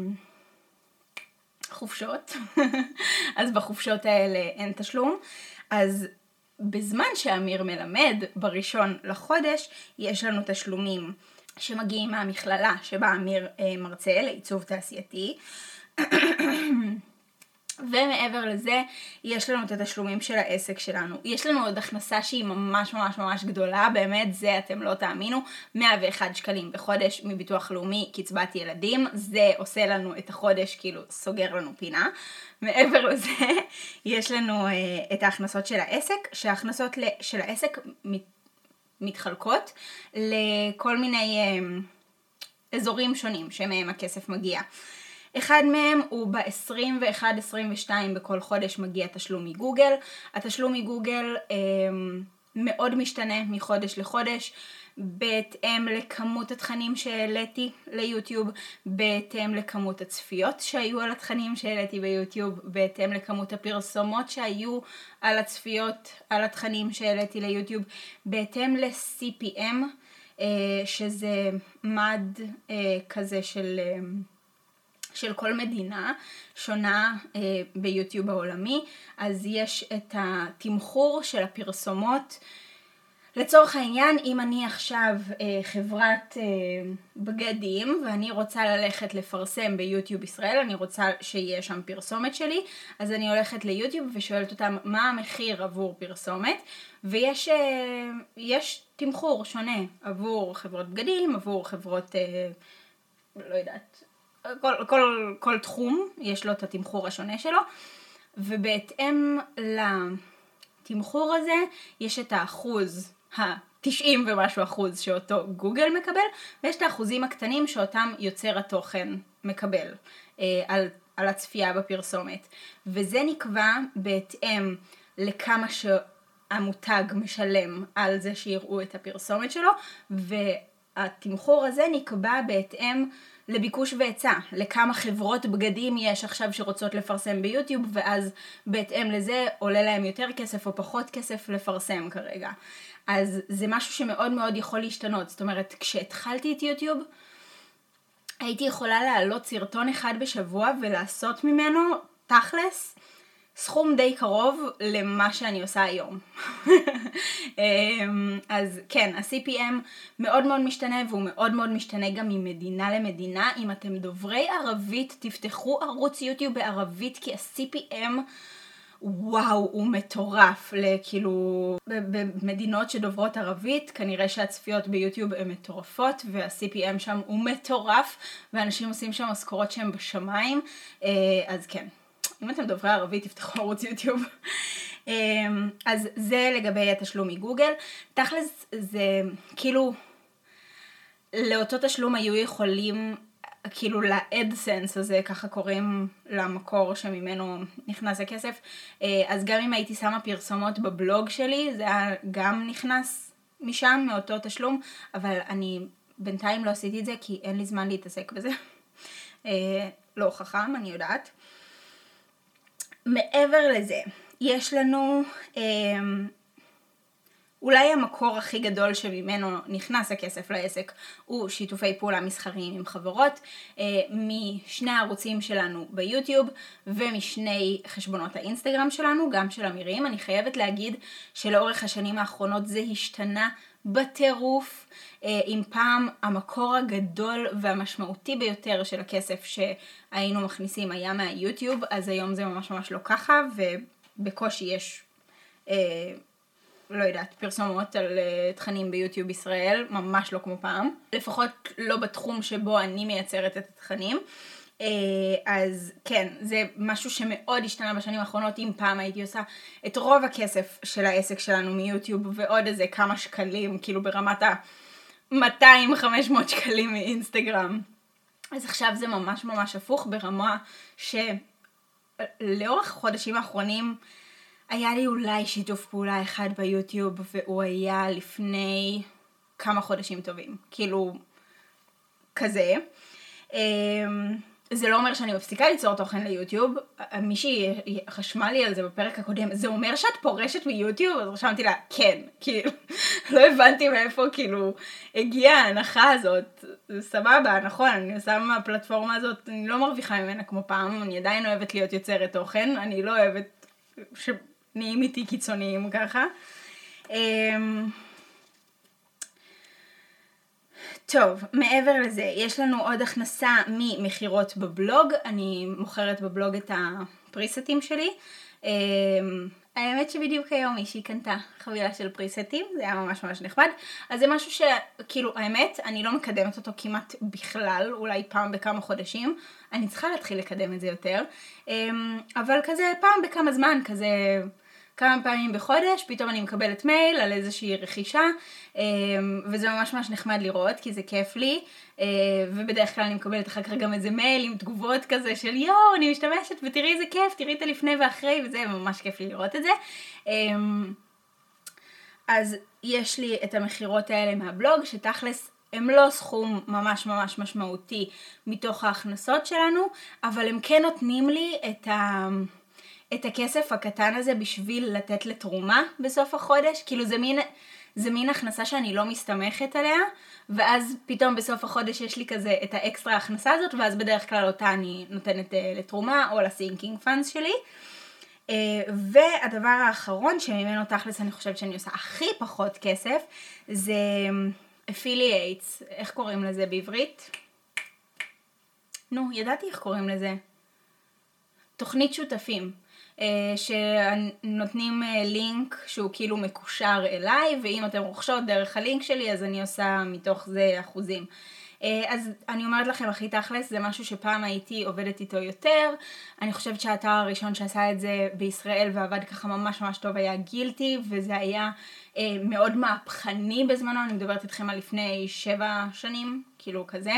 חופשות, אז בחופשות האלה אין תשלום. אז בזמן שאמיר מלמד בראשון לחודש, יש לנו תשלומים שמגיעים מהמכללה שבה אמיר מרצה לעיצוב תעשייתי, ומעבר לזה יש לנו את התשלומים של העסק שלנו. יש לנו עוד הכנסה שהיא ממש גדולה, באמת זה אתם לא תאמינו, 101 שקלים בחודש מביטוח לאומי קצבת ילדים, זה עושה לנו את החודש, כאילו סוגר לנו פינה. מעבר לזה יש לנו את ההכנסות של העסק, שההכנסות של העסק מתחלקות לכל מיני אזורים שונים שמהם הכסף מגיע. אחד מהם הוא ב-21-22 בכל חודש מגיע תשלום מגוגל. התשלום מגוגל מאוד משתנה מחודש לחודש, בהתאם לכמות התכנים שהעליתי ליוטיוב, בהתאם לכמות הצפיות שהיו על התכנים שהעליתי ביוטיוב, בהתאם לכמות הפרסומות שהיו על הצפיות על התכנים שהעליתי ליוטיוב, בהתאם ל-CPM, שזה מד כזה של כל מדינה שונה ביוטיוב העולמי. אז יש את התמחור של הפרסומות. לצורך העניין, אם אני עכשיו חברת בגדים ואני רוצה ללכת לפרסם ביוטיוב ישראל, אני רוצה שיהיה שם פרסומת שלי, אז אני הולכת ליוטיוב ושואלת אותם מה המחיר עבור פרסומת, ויש תמחור שונה עבור חברות בגדים, עבור חברות, לא יודעת, כל תחום יש לו את התמחור השונה שלו, ובהתאם לתמחור הזה יש את האחוז, 90 ומשהו אחוז שאותו גוגל מקבל, ויש את האחוזים הקטנים שאותם יוצר התוכן מקבל על הצפייה בפרסומת. וזה נקבע בהתאם לכמה המותג משלם על זה שיראו את הפרסומת שלו, והתמחור הזה נקבע בהתאם לביקוש והיצע, לכמה חברות בגדים יש עכשיו שרוצות לפרסם ביוטיוב, ואז בהתאם לזה עולה להם יותר כסף או פחות כסף לפרסם כרגע. אז זה משהו שמאוד מאוד יכול להשתנות. זאת אומרת, כשהתחלתי את יוטיוב, הייתי יכולה להעלות סרטון אחד בשבוע ולעשות ממנו תכלס סכום די קרוב למה שאני עושה היום. אז כן, ה-CPM מאוד מאוד משתנה, והוא מאוד מאוד משתנה גם ממדינה למדינה. אם אתם דוברי ערבית, תפתחו ערוץ יוטיוב בערבית, כי ה-CPM, וואו, הוא מטורף. כאילו, במדינות שדוברות ערבית, כנראה שהצפיות ביוטיוב הן מטורפות, וה-CPM שם הוא מטורף, ואנשים עושים שם משכורות שהם בשמיים. אז כן, אם אתם דוברי ערבית, תפתחו ערוץ יוטיוב. אז זה לגבי התשלום מגוגל. תכלס זה כאילו, לאותו תשלום היו יכולים, כאילו לאדסנס הזה, ככה קוראים למקור שממנו נכנס הכסף. אז גם אם הייתי שמה פרסומות בבלוג שלי, זה היה גם נכנס משם, מאותו תשלום, אבל אני בינתיים לא עשיתי את זה, כי אין לי זמן להתעסק בזה. לא חכם, אני יודעת. מעבר לזה, יש לנו אולי המקור הכי גדול שממנו נכנס הכסף לעסק הוא שיתופי פעולה מסחריים עם חברות, משני הערוצים שלנו ביוטיוב ומשני חשבונות האינסטגרם שלנו, גם של אמירים. אני חייבת להגיד שלאורך השנים האחרונות זה השתנה בטירוף. אם פעם המקור הגדול והמשמעותי ביותר של הכסף שהיינו מכניסים היה מהיוטיוב, אז היום זה ממש ממש לא ככה, ובקושי יש לא יודעת, פרסומות על תכנים ביוטיוב ישראל, ממש לא כמו פעם. לפחות לא בתחום שבו אני מייצרת את התכנים. אז כן, זה משהו שמאוד השתנה בשנים האחרונות. אם פעם הייתי עושה את רוב הכסף של העסק שלנו מיוטיוב, ועוד איזה כמה שקלים, כאילו ברמת ה-200-500 שקלים מאינסטגרם. אז עכשיו זה ממש ממש הפוך, ברמה שלאורך החודשים האחרונים, היה לי אולי שיתוף פעולה אחד ביוטיוב, והוא היה לפני כמה חודשים טובים. כאילו, כזה. זה לא אומר שאני מפסיקה ליצור תוכן ליוטיוב. מישהי חשמה לי על זה בפרק הקודם. זה אומר שאת פורשת מיוטיוב? אז רשמתי לה, כן. כאילו, לא הבנתי מאיפה, כאילו, הגיעה ההנחה הזאת. סבבה, נכון, אני עושה מהפלטפורמה הזאת, אני לא מרוויחה ממנה כמו פעם. אני עדיין אוהבת להיות יוצרת תוכן. אני לא אוהבת נהיים איתי קיצוניים ככה. טוב, מעבר לזה, יש לנו עוד הכנסה ממחירות בבלוג. אני מוכרת בבלוג את הפריסטים שלי. האמת שבדיוק היום מישהי קנתה חבילה של פריסטים, זה היה ממש ממש נחמד. אז זה משהו שכאילו, האמת, אני לא מקדמת אותו כמעט בכלל, אולי פעם בכמה חודשים. אני צריכה להתחיל לקדם את זה יותר. אבל כזה פעם בכמה זמן, כזה כמה פעמים בחודש, פתאום אני מקבלת מייל על איזושהי רכישה, וזה ממש ממש נחמד לראות, כי זה כיף לי, ובדרך כלל אני מקבלת אחר כך גם איזה מייל עם תגובות כזה של יואו, אני משתמשת ותראי איזה כיף, תראי את הלפני ואחרי, וזה ממש כיף לי לראות את זה. אז יש לי את המחירות האלה מהבלוג, שתכלס הם לא סכום ממש ממש משמעותי מתוך ההכנסות שלנו, אבל הם כן נותנים לי את הכסף הקטן הזה בשביל לתת לתרומה בסוף החודש. כאילו זה מין הכנסה שאני לא מסתמכת עליה, ואז פתאום בסוף החודש יש לי כזה את האקסטרה הכנסה הזאת, ואז בדרך כלל אותה אני נותנת לתרומה או לסינקינג פאנס שלי. והדבר האחרון שממנו תכלס אני חושבת שאני עושה הכי פחות כסף, זה affiliates. איך קוראים לזה בעברית? נו, ידעתי איך קוראים לזה. תוכנית שותפים. שנותנים לינק שהוא כאילו מקושר אליי, ואם אתם רוכשות דרך הלינק שלי, אז אני עושה מתוך זה אחוזים. אז אני אומרת לכם, הכי תכלס, זה משהו שפעם הייתי עובדת איתו יותר. אני חושבת שהאתר הראשון שעשה את זה בישראל ועבד ככה ממש ממש טוב היה גילטי, וזה היה מאוד מהפכני בזמנו. אני מדברת איתכם על לפני 7 שנים, כאילו כזה.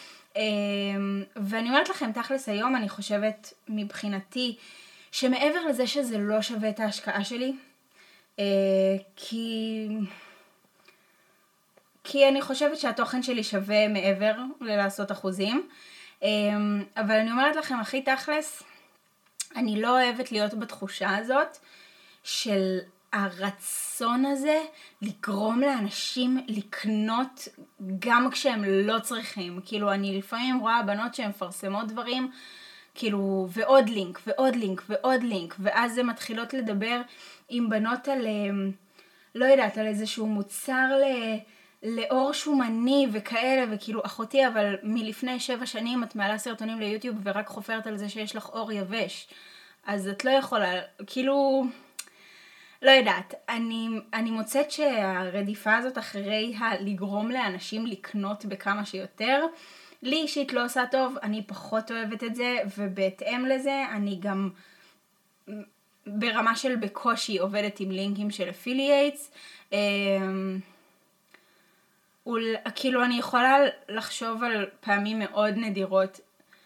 ואני אומרת לכם, תכלס היום אני חושבת מבחינתי, שמעבר לזה שזה לא שווה את ההשקעה שלי, כי אני חושבת שהתוכן שלי שווה מעבר ללעשות אחוזים. אבל אני אומרת לכם, הכי תכלס, אני לא אוהבת להיות בתחושה הזאת של הרצון הזה לגרום לאנשים לקנות גם כשהם לא צריכים. כאילו אני לפעמים רואה בנות שהן מפרסמות דברים, כאילו ועוד לינק ועוד לינק ועוד לינק, ואז הן מתחילות לדבר עם בנות על, לא יודעת, על איזשהו מוצר לאור שומני וכאלה, וכאילו אחותי, אבל מלפני 7 שנים את מעלה סרטונים ליוטיוב ורק חופרת על זה שיש לך אור יבש, אז את לא יכולה, כאילו, לא יודעת, אני מוצאת שהרדיפה הזאת אחרי לגרום לאנשים לקנות בכמה שיותר, לי אישית לא עושה טוב, אני פחות אוהבת את זה, ובהתאם לזה אני גם ברמה של בקושי עובדת עם לינקים של אפילייטס. כאילו אני יכולה לחשוב על פעמים מאוד נדירות,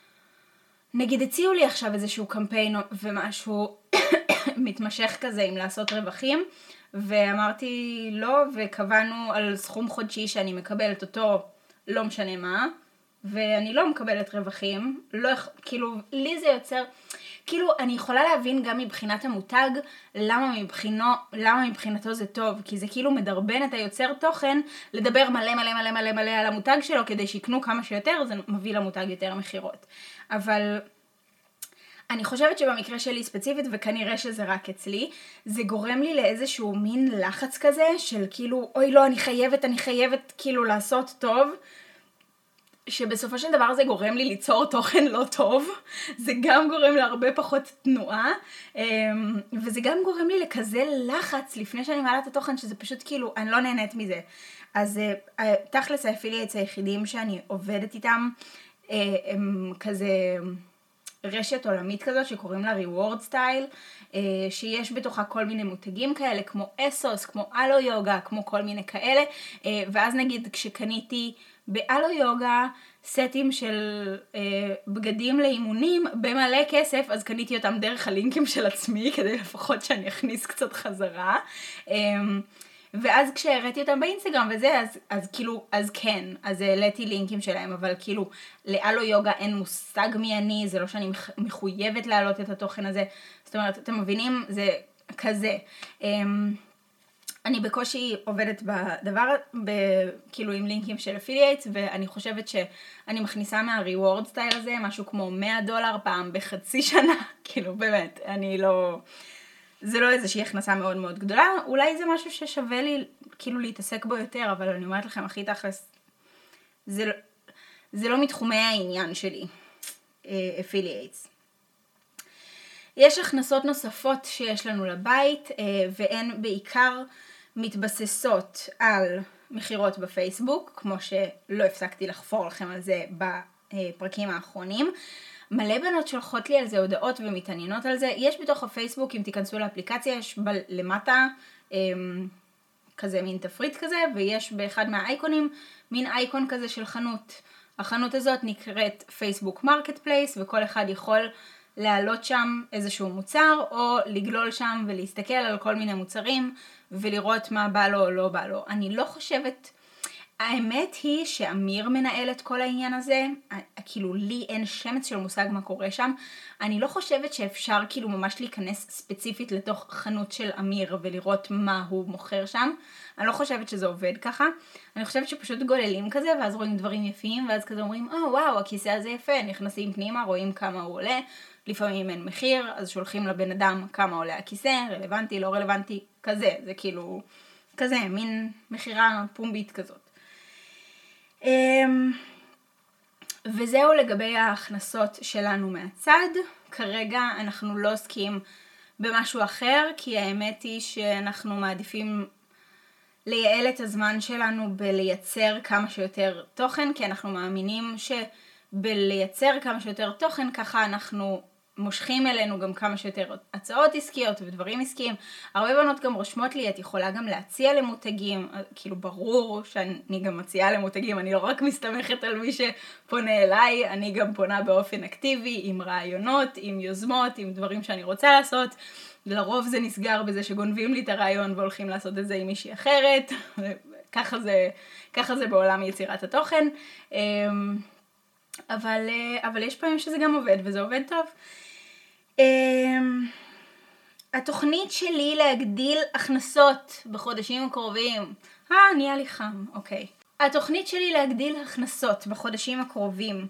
נגיד הציעו לי עכשיו איזשהו קמפיין ומשהו מתמשך כזה עם לעשות רווחים, ואמרתי לא, וקבענו על סכום חודשי שאני מקבלת אותו לא משנה מה, ואני לא מקבלת רווחים, לא, כאילו לי זה יוצר, כאילו אני יכולה להבין גם מבחינת המותג למה מבחינתו זה טוב, כי זה כאילו מדרבן את היוצר תוכן לדבר מלא מלא מלא מלא מלא על המותג שלו כדי שיקנו כמה שיותר, זה מביא למותג יותר מחירות. אבל אני חושבת שבמקרה שלי ספציפית, וכנראה שזה רק אצלי, זה גורם לי לאיזשהו מין לחץ כזה של כאילו, אוי לא, אני חייבת כאילו לעשות טוב, שבסופו של דבר זה גורם לי ליצור תוכן לא טוב, זה גם גורם להרבה פחות תנועה, וזה גם גורם לי לכזה לחץ לפני שאני מעלה את התוכן, שזה פשוט כאילו, אני לא נהנית מזה. אז תכלס האפילייטס היחידים שאני עובדת איתם, הם כזה רשת עולמית כזאת שקוראים לה reward style, שיש בתוכה כל מיני מותגים כאלה, כמו אסוס, כמו אלו יוגה, כמו כל מיני כאלה, ואז נגיד כשקניתי באלו יוגה סטים של בגדים לאימונים במלא כסף, אז קניתי אותם דרך הלינקים של עצמי, כדי לפחות שאני אכניס קצת חזרה. ואז כשהראיתי אותם באינסטגרם וזה, אז כאילו, אז כן, אז העליתי לינקים שלהם, אבל כאילו, לאלו יוגה אין מושג מי אני, זה לא שאני מחויבת להעלות את התוכן הזה, זאת אומרת, אתם מבינים, זה כזה. אני בקושי עובדת בדבר, כאילו עם לינקים של אפילייטס, ואני חושבת שאני מכניסה מהריוורד סטייל הזה, משהו כמו $100 פעם בחצי שנה, כאילו באמת, אני לא, זה לא איזושהי הכנסה מאוד מאוד גדולה, אולי זה משהו ששווה לי כאילו להתעסק בו יותר, אבל אני אומרת לכם, הכי תכלס, זה לא מתחומי העניין שלי, אפילייטס. יש הכנסות נוספות שיש לנו לבית, והן בעיקר מתבססות על מחירות בפייסבוק, כמו שלא הפסקתי לחפור לכם על זה בפרקים האחרונים. מלא בנות שולחות לי על זה הודעות ומתעניינות על זה. יש בתוך הפייסבוק, אם תיכנסו לאפליקציה, יש למטה כזה מין תפריט כזה, ויש באחד מהאייקונים מין אייקון כזה של חנות. החנות הזאת נקראת פייסבוק מרקט פלייס, וכל אחד יכול להעלות שם איזשהו מוצר, או לגלול שם ולהסתכל על כל מיני מוצרים, ולראות מה בא לו או לא בא לו. אני לא חושבת, האמת היא שאמיר מנהל את כל העניין הזה, כאילו לי אין שמץ של מושג מה קורה שם, אני לא חושבת שאפשר כאילו ממש להיכנס ספציפית לתוך חנות של אמיר ולראות מה הוא מוכר שם, אני לא חושבת שזה עובד ככה, אני חושבת שפשוט גוללים כזה ואז רואים דברים יפים ואז כזה אומרים, וואו, הכיסא הזה יפה, נכנסים פנימה, רואים כמה הוא עולה, לפעמים אין מחיר, אז שולחים לבן אדם כמה עולה הכיסא, רלוונטי, לא רלוונטי, כזה, זה כאילו, כזה, מין מחירה פומבית כזאת. וזהו לגבי ההכנסות שלנו מהצד. כרגע אנחנו לא עוסקים במשהו אחר, כי האמת היא שאנחנו מעדיפים לייעל את הזמן שלנו בלייצר כמה שיותר תוכן, כי אנחנו מאמינים שבלייצר כמה שיותר תוכן, ככה אנחנו מושכים אלינו גם כמה שיותר הצעות עסקיות ודברים עסקיים. הרבה בנות גם רושמות לי, את יכולה גם להציע למותגים, כאילו ברור שאני גם מציעה למותגים, אני לא רק מסתמכת על מי שפונה אליי, אני גם פונה באופן אקטיבי, עם רעיונות, עם יוזמות, עם דברים שאני רוצה לעשות. לרוב זה נסגר בזה שגונבים לי את הרעיון והולכים לעשות את זה עם מישהי אחרת, ככה זה בעולם יצירת התוכן. אבל יש פעמים שזה גם עובד, וזה עובד טוב. התוכנית שלי להגדיל הכנסות בחודשים הקרובים. נהיה לי חם, אוקיי. התוכנית שלי להגדיל הכנסות בחודשים הקרובים.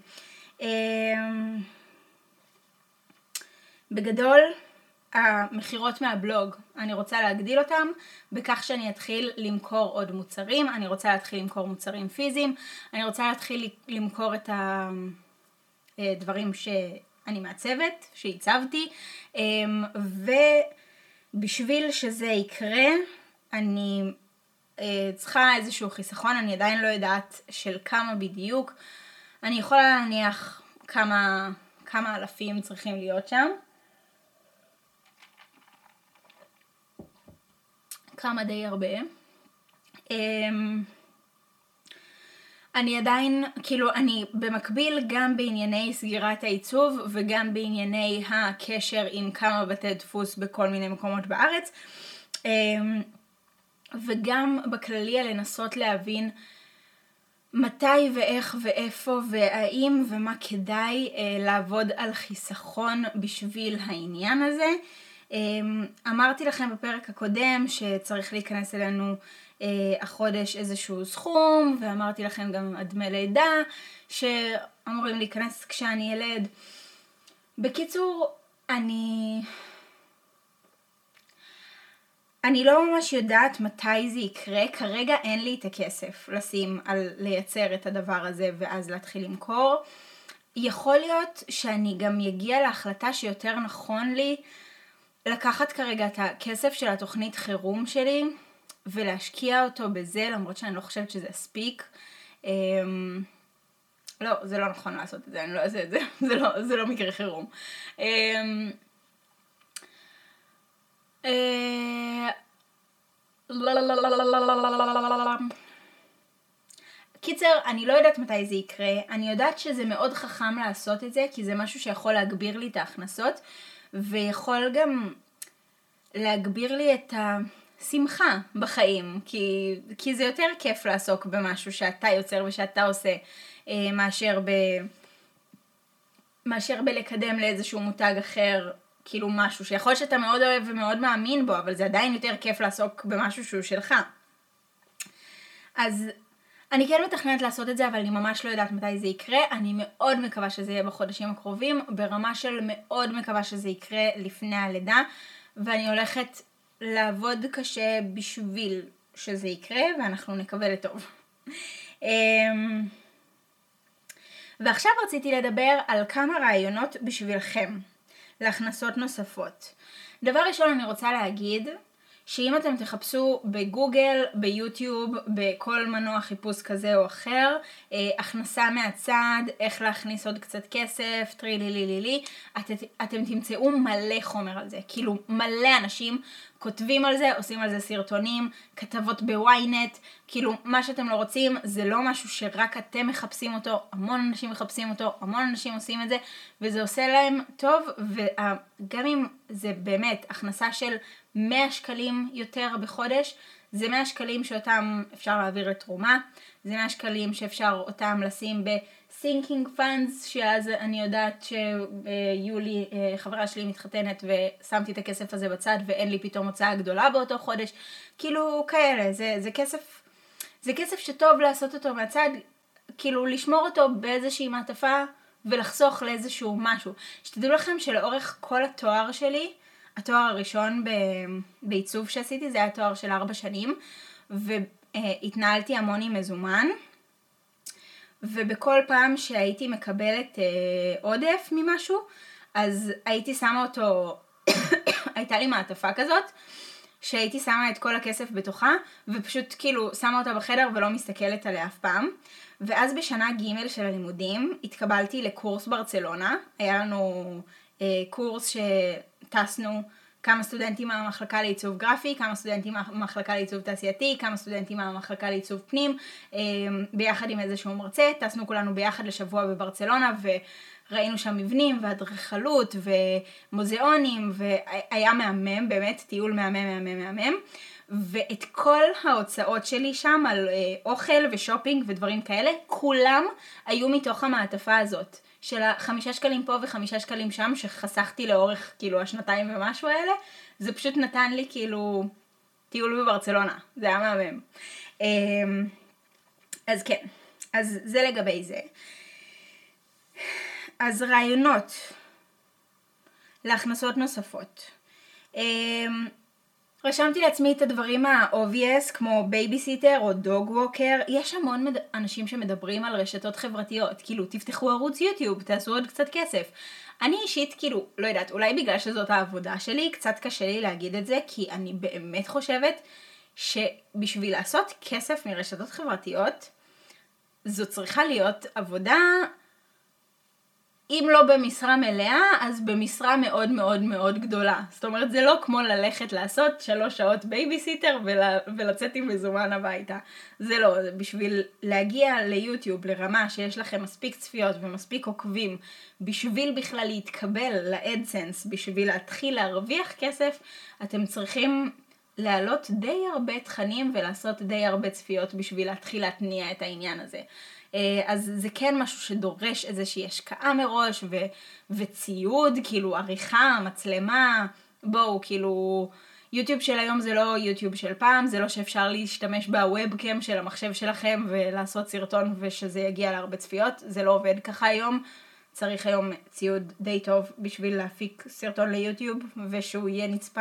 בגדול, המחירות מהבלוג, אני רוצה להגדיל אותם בכך שאני אתחיל למכור עוד מוצרים, אני רוצה להתחיל למכור מוצרים פיזיים, אני רוצה להתחיל למכור את הדברים שאני מעצבת, שהצבתי, ובשביל שזה יקרה, אני צריכה איזשהו חיסכון, אני עדיין לא יודעת של כמה בדיוק, אני יכולה להניח כמה אלפים צריכים להיות שם, כמה די הרבה. אני עדיין, כאילו, אני במקביל גם בענייני סגירת העיצוב וגם בענייני הקשר עם כמה בתי דפוס בכל מיני מקומות בארץ, וגם בכללי לנסות להבין מתי ואיך ואיפה והאם ומה כדאי לעבוד על חיסכון בשביל העניין הזה. אמרתי לכם בפרק הקודם שצריך להיכנס אלינו החודש איזשהו סכום, ואמרתי לכם גם דמי לידה שאמורים להיכנס כשאני ילד. בקיצור, אני לא ממש יודעת מתי זה יקרה, כרגע אין לי את הכסף לשים על לייצר את הדבר הזה ואז להתחיל למכור. יכול להיות שאני גם אגיע להחלטה שיותר נכון לי לקחת כרגע את הכסף של התוכנית חירום שלי ולהשקיע אותו בזה, למרות שאני לא חושבת שזה אספיק. לא, זה לא נכון לעשות את זה, אני לא אעשה את זה, זה לא מקרה חירום. קיצר, אני לא יודעת מתי זה יקרה, אני יודעת שזה מאוד חכם לעשות את זה, כי זה משהו שיכול להגביר לי את ההכנסות, ויכול גם להגביר לי את השמחה בחיים, כי זה יותר כיף לעסוק במשהו שאתה יוצר ושאתה עושה, מאשר בלקדם לאיזשהו מותג אחר, כאילו משהו שיכול שאתה מאוד אוהב ומאוד מאמין בו, אבל זה עדיין יותר כיף לעסוק במשהו שהוא שלך. אז אני כן מתכננת לעשות את זה, אבל אני ממש לא יודעת מתי זה יקרה. אני מאוד מקווה שזה יהיה בחודשים הקרובים, ברמה של מאוד מקווה שזה יקרה לפני הלידה, ואני הולכת לעבוד קשה בשביל שזה יקרה, ואנחנו נקווה לטוב. ועכשיו רציתי לדבר על כמה רעיונות בשבילכם, להכנסות נוספות. דבר ראשון אני רוצה להגיד, שאם אתם תחפשו בגוגל, ביוטיוב, בכל מנוע חיפוש כזה או אחר, הכנסה מהצד, איך להכניס עוד קצת כסף, טרילילילילי, אתם תמצאו מלא חומר על זה. כאילו מלא אנשים כותבים על זה, עושים על זה סרטונים, כתבות בוויינט, כאילו מה שאתם לא רוצים זה לא משהו שרק אתם מחפשים אותו, המון אנשים מחפשים אותו, המון אנשים עושים את זה, וזה עושה להם טוב, וגם אם זה באמת הכנסה של 100 שקלים יותר בחודש, זה 100 שקלים שאותם אפשר להעביר לתרומה, זה 100 שקלים שאפשר אותם לשים בסינקינג פאנדס, שאז אני יודעת שיולי חברה שלי מתחתנת ושמתי את הכסף הזה בצד ואין לי פתאום הוצאה גדולה באותו חודש, כאילו כאלה, זה כסף שטוב לעשות אותו מהצד, כאילו לשמור אותו באיזושהי מעטפה ולחסוך לאיזשהו משהו. שתדעו לכם שלאורך כל התואר שלי, התואר הראשון בעיצוב שעשיתי, זה היה תואר של 4 שנים, והתנהלתי המון עם מזומן, ובכל פעם שהייתי מקבלת עודף ממשהו, אז הייתי שמה אותו, הייתה לי מעטפה כזאת, שהייתי שמה את כל הכסף בתוכה, ופשוט כאילו שמה אותה בחדר ולא מסתכלת עליה אף פעם. ואז בשנה ג' של הלימודים התקבלתי לקורס ברצלונה, היה לנו קורס שטסנו כמה סטודנטים מהמחלקה לעיצוב גרפי, כמה סטודנטים מהמחלקה לעיצוב תעשייתי, כמה סטודנטים מהמחלקה לעיצוב פנים, ביחד עם איזשהו מרצה, טסנו כולנו ביחד לשבוע בברצלונה, וראינו שם מבנים ואדריכלות ומוזיאונים, והיה מהמם, באמת טיול מהמם, ואת כל ההוצאות שלי שם על אוכל ושופינג ודברים כאלה, כולם היו מתוך המעטפה הזאת. של 5 שקלים פה ו5 שקלים שם, שחסכתי לאורך כאילו השנתיים ומשהו האלה, זה פשוט נתן לי כאילו טיול בברצלונה, זה היה מהמם. אז כן, אז זה לגבי זה. אז רעיונות להכנסות נוספות. רשמתי לעצמי את הדברים ה-obvious, כמו בייביסיטר או דוג ווקר. יש המון אנשים שמדברים על רשתות חברתיות, כאילו תפתחו ערוץ יוטיוב, תעשו עוד קצת כסף. אני אישית כאילו, לא יודעת, אולי בגלל שזאת העבודה שלי, קצת קשה לי להגיד את זה, כי אני באמת חושבת שבשביל לעשות כסף מרשתות חברתיות, זו צריכה להיות עבודה, אם לא במשרה מלאה, אז במשרה מאוד מאוד מאוד גדולה. זאת אומרת, זה לא כמו ללכת לעשות 3 שעות בייביסיטר ולצאת עם מזומן הביתה. זה לא, זה בשביל להגיע ליוטיוב לרמה שיש לכם מספיק צפיות ומספיק עוקבים, בשביל בכלל להתקבל לאדסנס, בשביל להתחיל להרוויח כסף, אתם צריכים להעלות די הרבה תכנים ולעשות די הרבה צפיות בשביל להתחיל להתניע את העניין הזה. אז זה כן משהו שדורש איזושהי השקעה מראש וציוד, כאילו עריכה, מצלמה, בואו, כאילו יוטיוב של היום זה לא יוטיוב של פעם, זה לא שאפשר להשתמש בוובקאם של המחשב שלכם ולעשות סרטון ושזה יגיע להרבה צפיות, זה לא עובד ככה היום, צריך היום ציוד די טוב בשביל להפיק סרטון ליוטיוב ושהוא יהיה נצפה.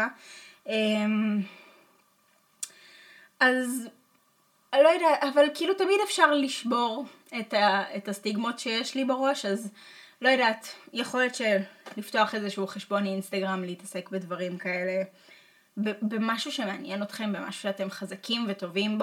אז לא יודע, אבל כאילו תמיד אפשר לשבור את הסטיגמות שיש לי בראש, אז לא יודעת, יכול להיות שלפתוח איזשהו חשבון אינסטגרם, להתעסק בדברים כאלה, במשהו שמעניין אתכם, במשהו שאתם חזקים וטובים בו,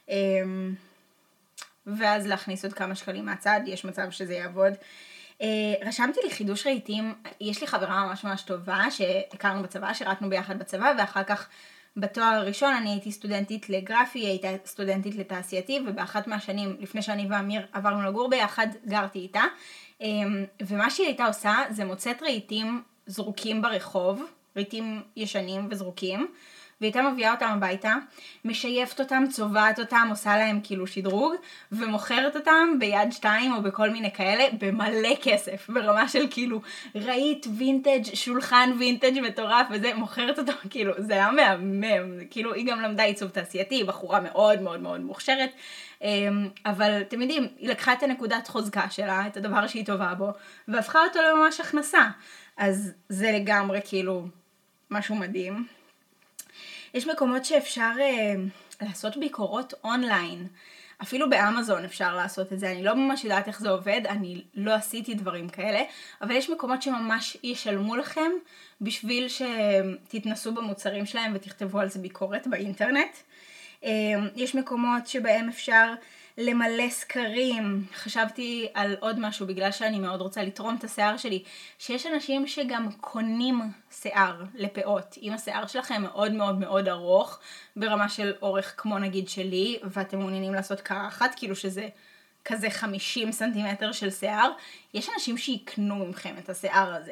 ואז להכניס עוד כמה שקלים מהצד, יש מצב שזה יעבוד. רשמתי לי חידוש רהיטים, יש לי חברה ממש ממש טובה שהכרנו בצבא, שירתנו ביחד בצבא, ואחר כך בתואר הראשון אני הייתי סטודנטית לגרפי, הייתה סטודנטית לתעשייתי, ובאחת מהשנים, לפני שאני ואמיר עברנו לגור ביחד, גרתי איתה, ומה שהיא הייתה עושה זה מוצאת רהיטים זרוקים ברחוב, רהיטים ישנים וזרוקים, והיא הייתה מביאה אותם הביתה, משייפת אותם, צובעת אותם, עושה להם כאילו שדרוג, ומוכרת אותם ביד 2 או בכל מיני כאלה, במלא כסף, ברמה של כאילו רהיט וינטג', שולחן וינטג' מטורף, וזה, מוכרת אותם, כאילו, זה היה מהמם, כאילו, היא גם למדה עיצוב תעשייתי, היא בחורה מאוד מאוד מאוד מוכשרת, אבל אתם יודעים, היא לקחה את הנקודת חוזקה שלה, את הדבר שהיא טובה בו, והפכה אותו לממש הכנסה, אז זה לגמרי כאילו משהו מדהים. יש מקומות שאפשר לעשות ביקורות אונליין, אפילו באמזון אפשר לעשות את זה, אני לא ממש יודעת איך זה עובד, אני לא עשיתי דברים כאלה, אבל יש מקומות שממש ישלמו לכם בשביל שתתנסו במוצרים שלהם ותכתבו על זה ביקורת באינטרנט. יש מקומות שבהם אפשר למלא סקרים, חשבתי על עוד משהו בגלל שאני מאוד רוצה לתרום את השיער שלי, שיש אנשים שגם קונים שיער לפאות, אם השיער שלכם מאוד מאוד מאוד ארוך, ברמה של אורך כמו נגיד שלי, ואתם מעוניינים לעשות קרחת, כאילו שזה כזה 50 סנטימטר של שיער, יש אנשים שיקנו ממכם את השיער הזה.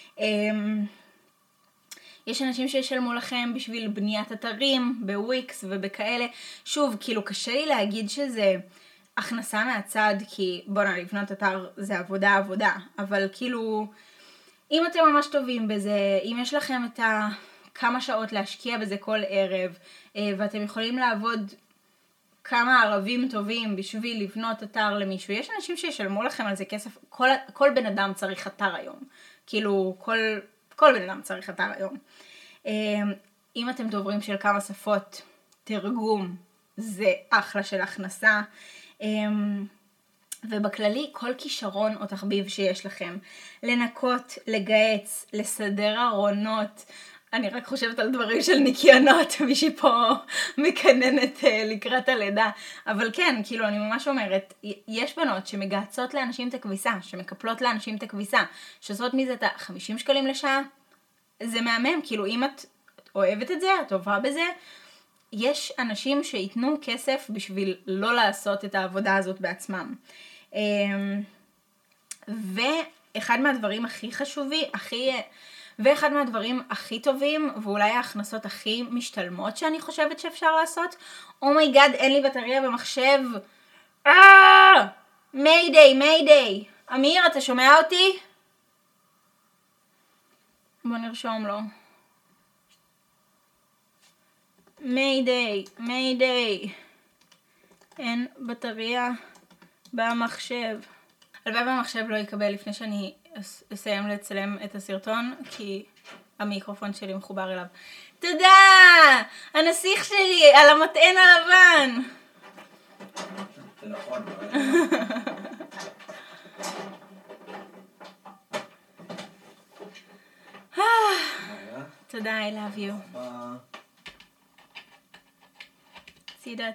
יש אנשים שישלמו לכם בשביל בניית אתרים בוויקס ובכאלה. שוב, כאילו קשה לי להגיד שזה הכנסה מהצד, כי בואו לבנות אתר זה עבודה, אבל כאילו, אם אתם ממש טובים בזה, אם יש לכם את כמה שעות להשקיע בזה כל ערב, ואתם יכולים לעבוד כמה ערבים טובים בשביל לבנות אתר למישהו, יש אנשים שישלמו לכם על זה כסף, כל בן אדם צריך אתר היום. כאילו, כל בן אדם צריך אתר היום. אם אתם דוברים של כמה שפות, תרגום זה אחלה של הכנסה. ובכללי כל כישרון או תחביב שיש לכם, לנקות, לגייץ, לסדר ארונות, אני רק חושבת על דברים של ניקיונות, מישהי פה מקננת לקראת הלידה. אבל כן, כאילו אני ממש אומרת, יש בנות שמגעצות לאנשים את הכביסה, שמקפלות לאנשים את הכביסה, שעושות מזה את ה-50 שקלים לשעה. זה מהמם, כאילו אם את אוהבת את זה, את טובה בזה, יש אנשים שיתנו כסף בשביל לא לעשות את העבודה הזאת בעצמם. ואחד מהדברים הכי חשובים, ואחד מהדברים הכי טובים, ואולי ההכנסות הכי משתלמות שאני חושבת שאפשר לעשות, אומייגאד, אין לי בטריה במחשב. מיידיי. אמיר, אתה שומע אותי? בוא נרשום לו. מיידיי. אין בטריה במחשב. הלוואי במחשב לא יקבל לפני שאני אסיים לצלם את הסרטון, כי המיקרופון שלי מחובר אליו. תודה! הנסיך שלי על המטען הלבן. זה נכון. תודה, I love you. צידה.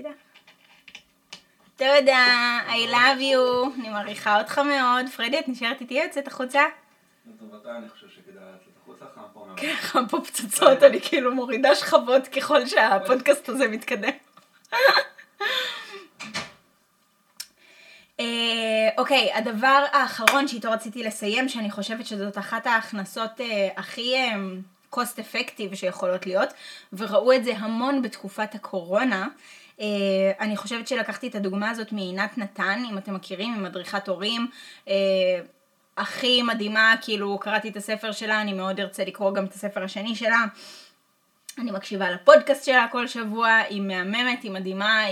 תודה, I love you. אני מעריכה אותך מאוד. פרדי, את נשארת איתי יוצאת החוצה? לטובתה, אני חושב שכדאי לצאת החוצה, חם פה מאוד. כן, חם פה פצצות, אני כאילו מורידה שכבות ככל שהפודקאסט הזה מתקדם. אוקיי, הדבר האחרון שאיתו רציתי לסיים, שאני חושבת שזאת אחת ההכנסות הכי cost effective שיכולות להיות, וראו את זה המון בתקופת הקורונה. אני חושבת שלקחתי את הדוגמה הזאת מעינת נתן, אם אתם מכירים, עם מדריכת הורים, הכי מדהימה, כאילו קראתי את הספר שלה, אני מאוד ארצה לקרוא גם את הספר השני שלה. אני מקשיבה לפודקאסט שלה כל שבוע, היא מהממת, היא מדהימה,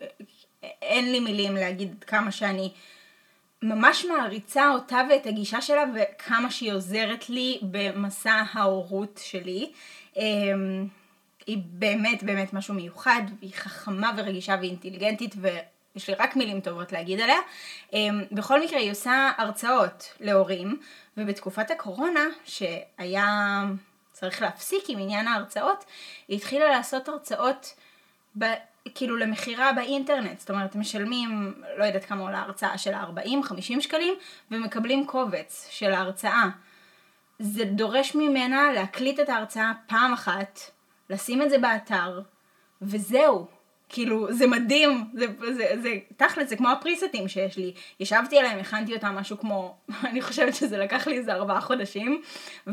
אין לי מילים להגיד כמה שאני ממש מעריצה אותה ואת הגישה שלה וכמה שהיא עוזרת לי במסע ההורות שלי. היא באמת משהו מיוחד, היא חכמה ורגישה ואינטליגנטית ויש לי רק מילים טובות להגיד עליה. בכל מקרה היא עושה הרצאות להורים, ובתקופת הקורונה שהיה צריך להפסיק עם עניין ההרצאות, היא התחילה לעשות הרצאות כאילו למחירה באינטרנט, זאת אומרת, משלמים, לא יודעת כמה עולה ההרצאה של 40-50 שקלים, ומקבלים קובץ של ההרצאה. זה דורש ממנה להקליט את ההרצאה פעם אחת, לשים את זה באתר, וזהו. כאילו, זה מדהים, זה תכל'ס, זה כמו הפריסטים שיש לי. ישבתי עליהם, הכנתי אותם משהו כמו, אני חושבת שזה לקח לי איזה 4 חודשים,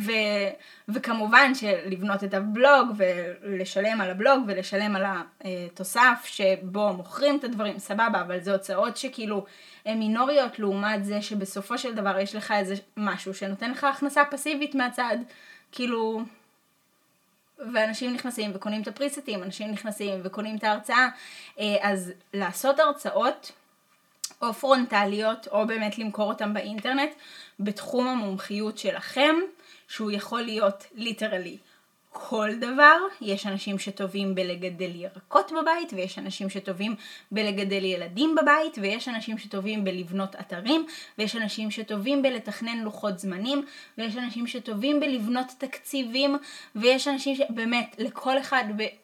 וכמובן שלבנות את הבלוג, ולשלם על הבלוג, ולשלם על התוסף, שבו מוכרים את הדברים, סבבה, אבל זה הוצאות שכאילו, הן מינוריות לעומת זה, שבסופו של דבר יש לך איזה משהו, שנותן לך הכנסה פסיבית מהצד, כאילו, ואנשים נכנסים וקונים את הפריסטים, אנשים נכנסים וקונים את ההרצאה, אז לעשות הרצאות או פרונטליות, או באמת למכור אותם באינטרנט, בתחום המומחיות שלכם, שהוא יכול להיות ליטרלי כל דבר. יש אנשים שטובים בלגדל ירקות בבית, ויש אנשים שטובים בלגדל ילדים בבית, ויש אנשים שטובים בלבנות אתרים, ויש אנשים שטובים בלתכנן לוחות זמנים, ויש אנשים שטובים בלבנות תקציבים, ויש אנשים שבאמת לכל אחד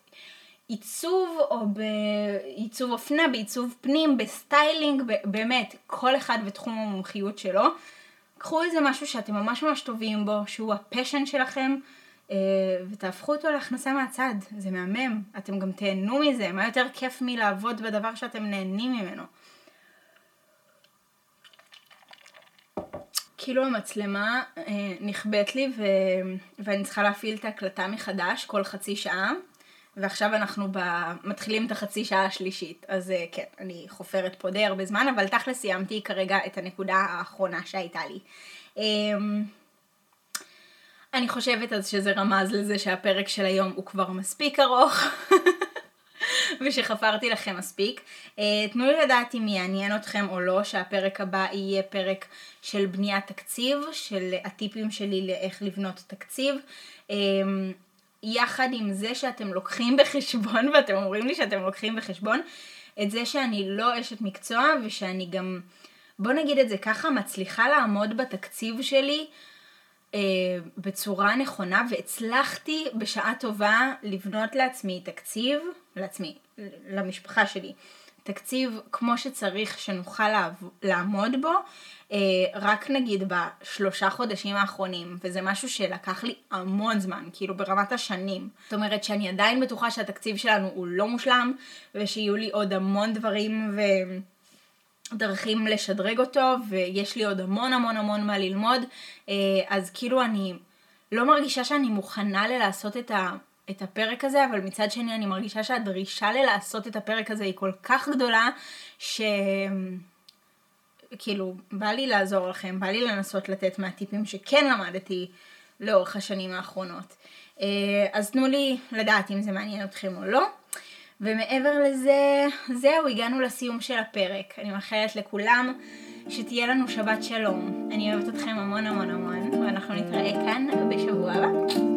בעיצוב או בעיצוב אופנה, בעיצוב פנים, בסטיילינג, באמת כל אחד בתחום המומחיות שלו. קחו איזה משהו שאתם ממש טובים בו, שהוא הפשן שלכם, ותהפכו אותו להכנסה מהצד. זה מהמם, אתם גם תהנו מזה. מה יותר כיף מלעבוד בדבר שאתם נהנים ממנו? כאילו המצלמה נכבאת לי ואני צריכה להפעיל את ההקלטה מחדש כל חצי שעה, ועכשיו אנחנו מתחילים את החצי שעה השלישית, אז כן, אני חופרת פה די הרבה זמן, אבל תכל'ס סיימתי כרגע את הנקודה האחרונה שהייתה לי. אני חושבת אז שזה רמז לזה שהפרק של היום הוא כבר מספיק ארוך, ושחפרתי לכם מספיק. תנו לי לדעת אם יעניין אתכם או לא, שהפרק הבא יהיה פרק של בניית תקציב, של הטיפים שלי לאיך לבנות תקציב. יחד עם זה שאתם לוקחים בחשבון, ואתם אומרים לי שאתם לוקחים בחשבון, את זה שאני לא אשת מקצוע, ושאני גם, בוא נגיד את זה ככה, מצליחה לעמוד בתקציב שלי, בצורה נכונה, והצלחתי בשעה טובה לבנות לעצמי תקציב, למשפחה שלי, תקציב כמו שצריך שנוכל לעמוד בו, רק נגיד ב3 חודשים האחרונים, וזה משהו שלקח לי המון זמן, כאילו ברמת השנים. זאת אומרת שאני עדיין בטוחה שהתקציב שלנו הוא לא מושלם, ושיהיו לי עוד המון דברים ודרכים לשדרג אותו, ויש לי עוד המון מה ללמוד, אז כאילו אני לא מרגישה שאני מוכנה לעשות את הפרק הזה, אבל מצד שני אני מרגישה שהדרישה לעשות את הפרק הזה היא כל כך גדולה, כאילו בא לי לעזור לכם, בא לי לנסות לתת מהטיפים שכן למדתי לאורך השנים האחרונות. אז תנו לי לדעת אם זה מעניין אתכם או לא. ומעבר לזה, זהו, הגענו לסיום של הפרק. אני מאחלת לכולם שתהיה לנו שבת שלום. אני אוהבת אתכם המון, ואנחנו נתראה כאן בשבוע הבא.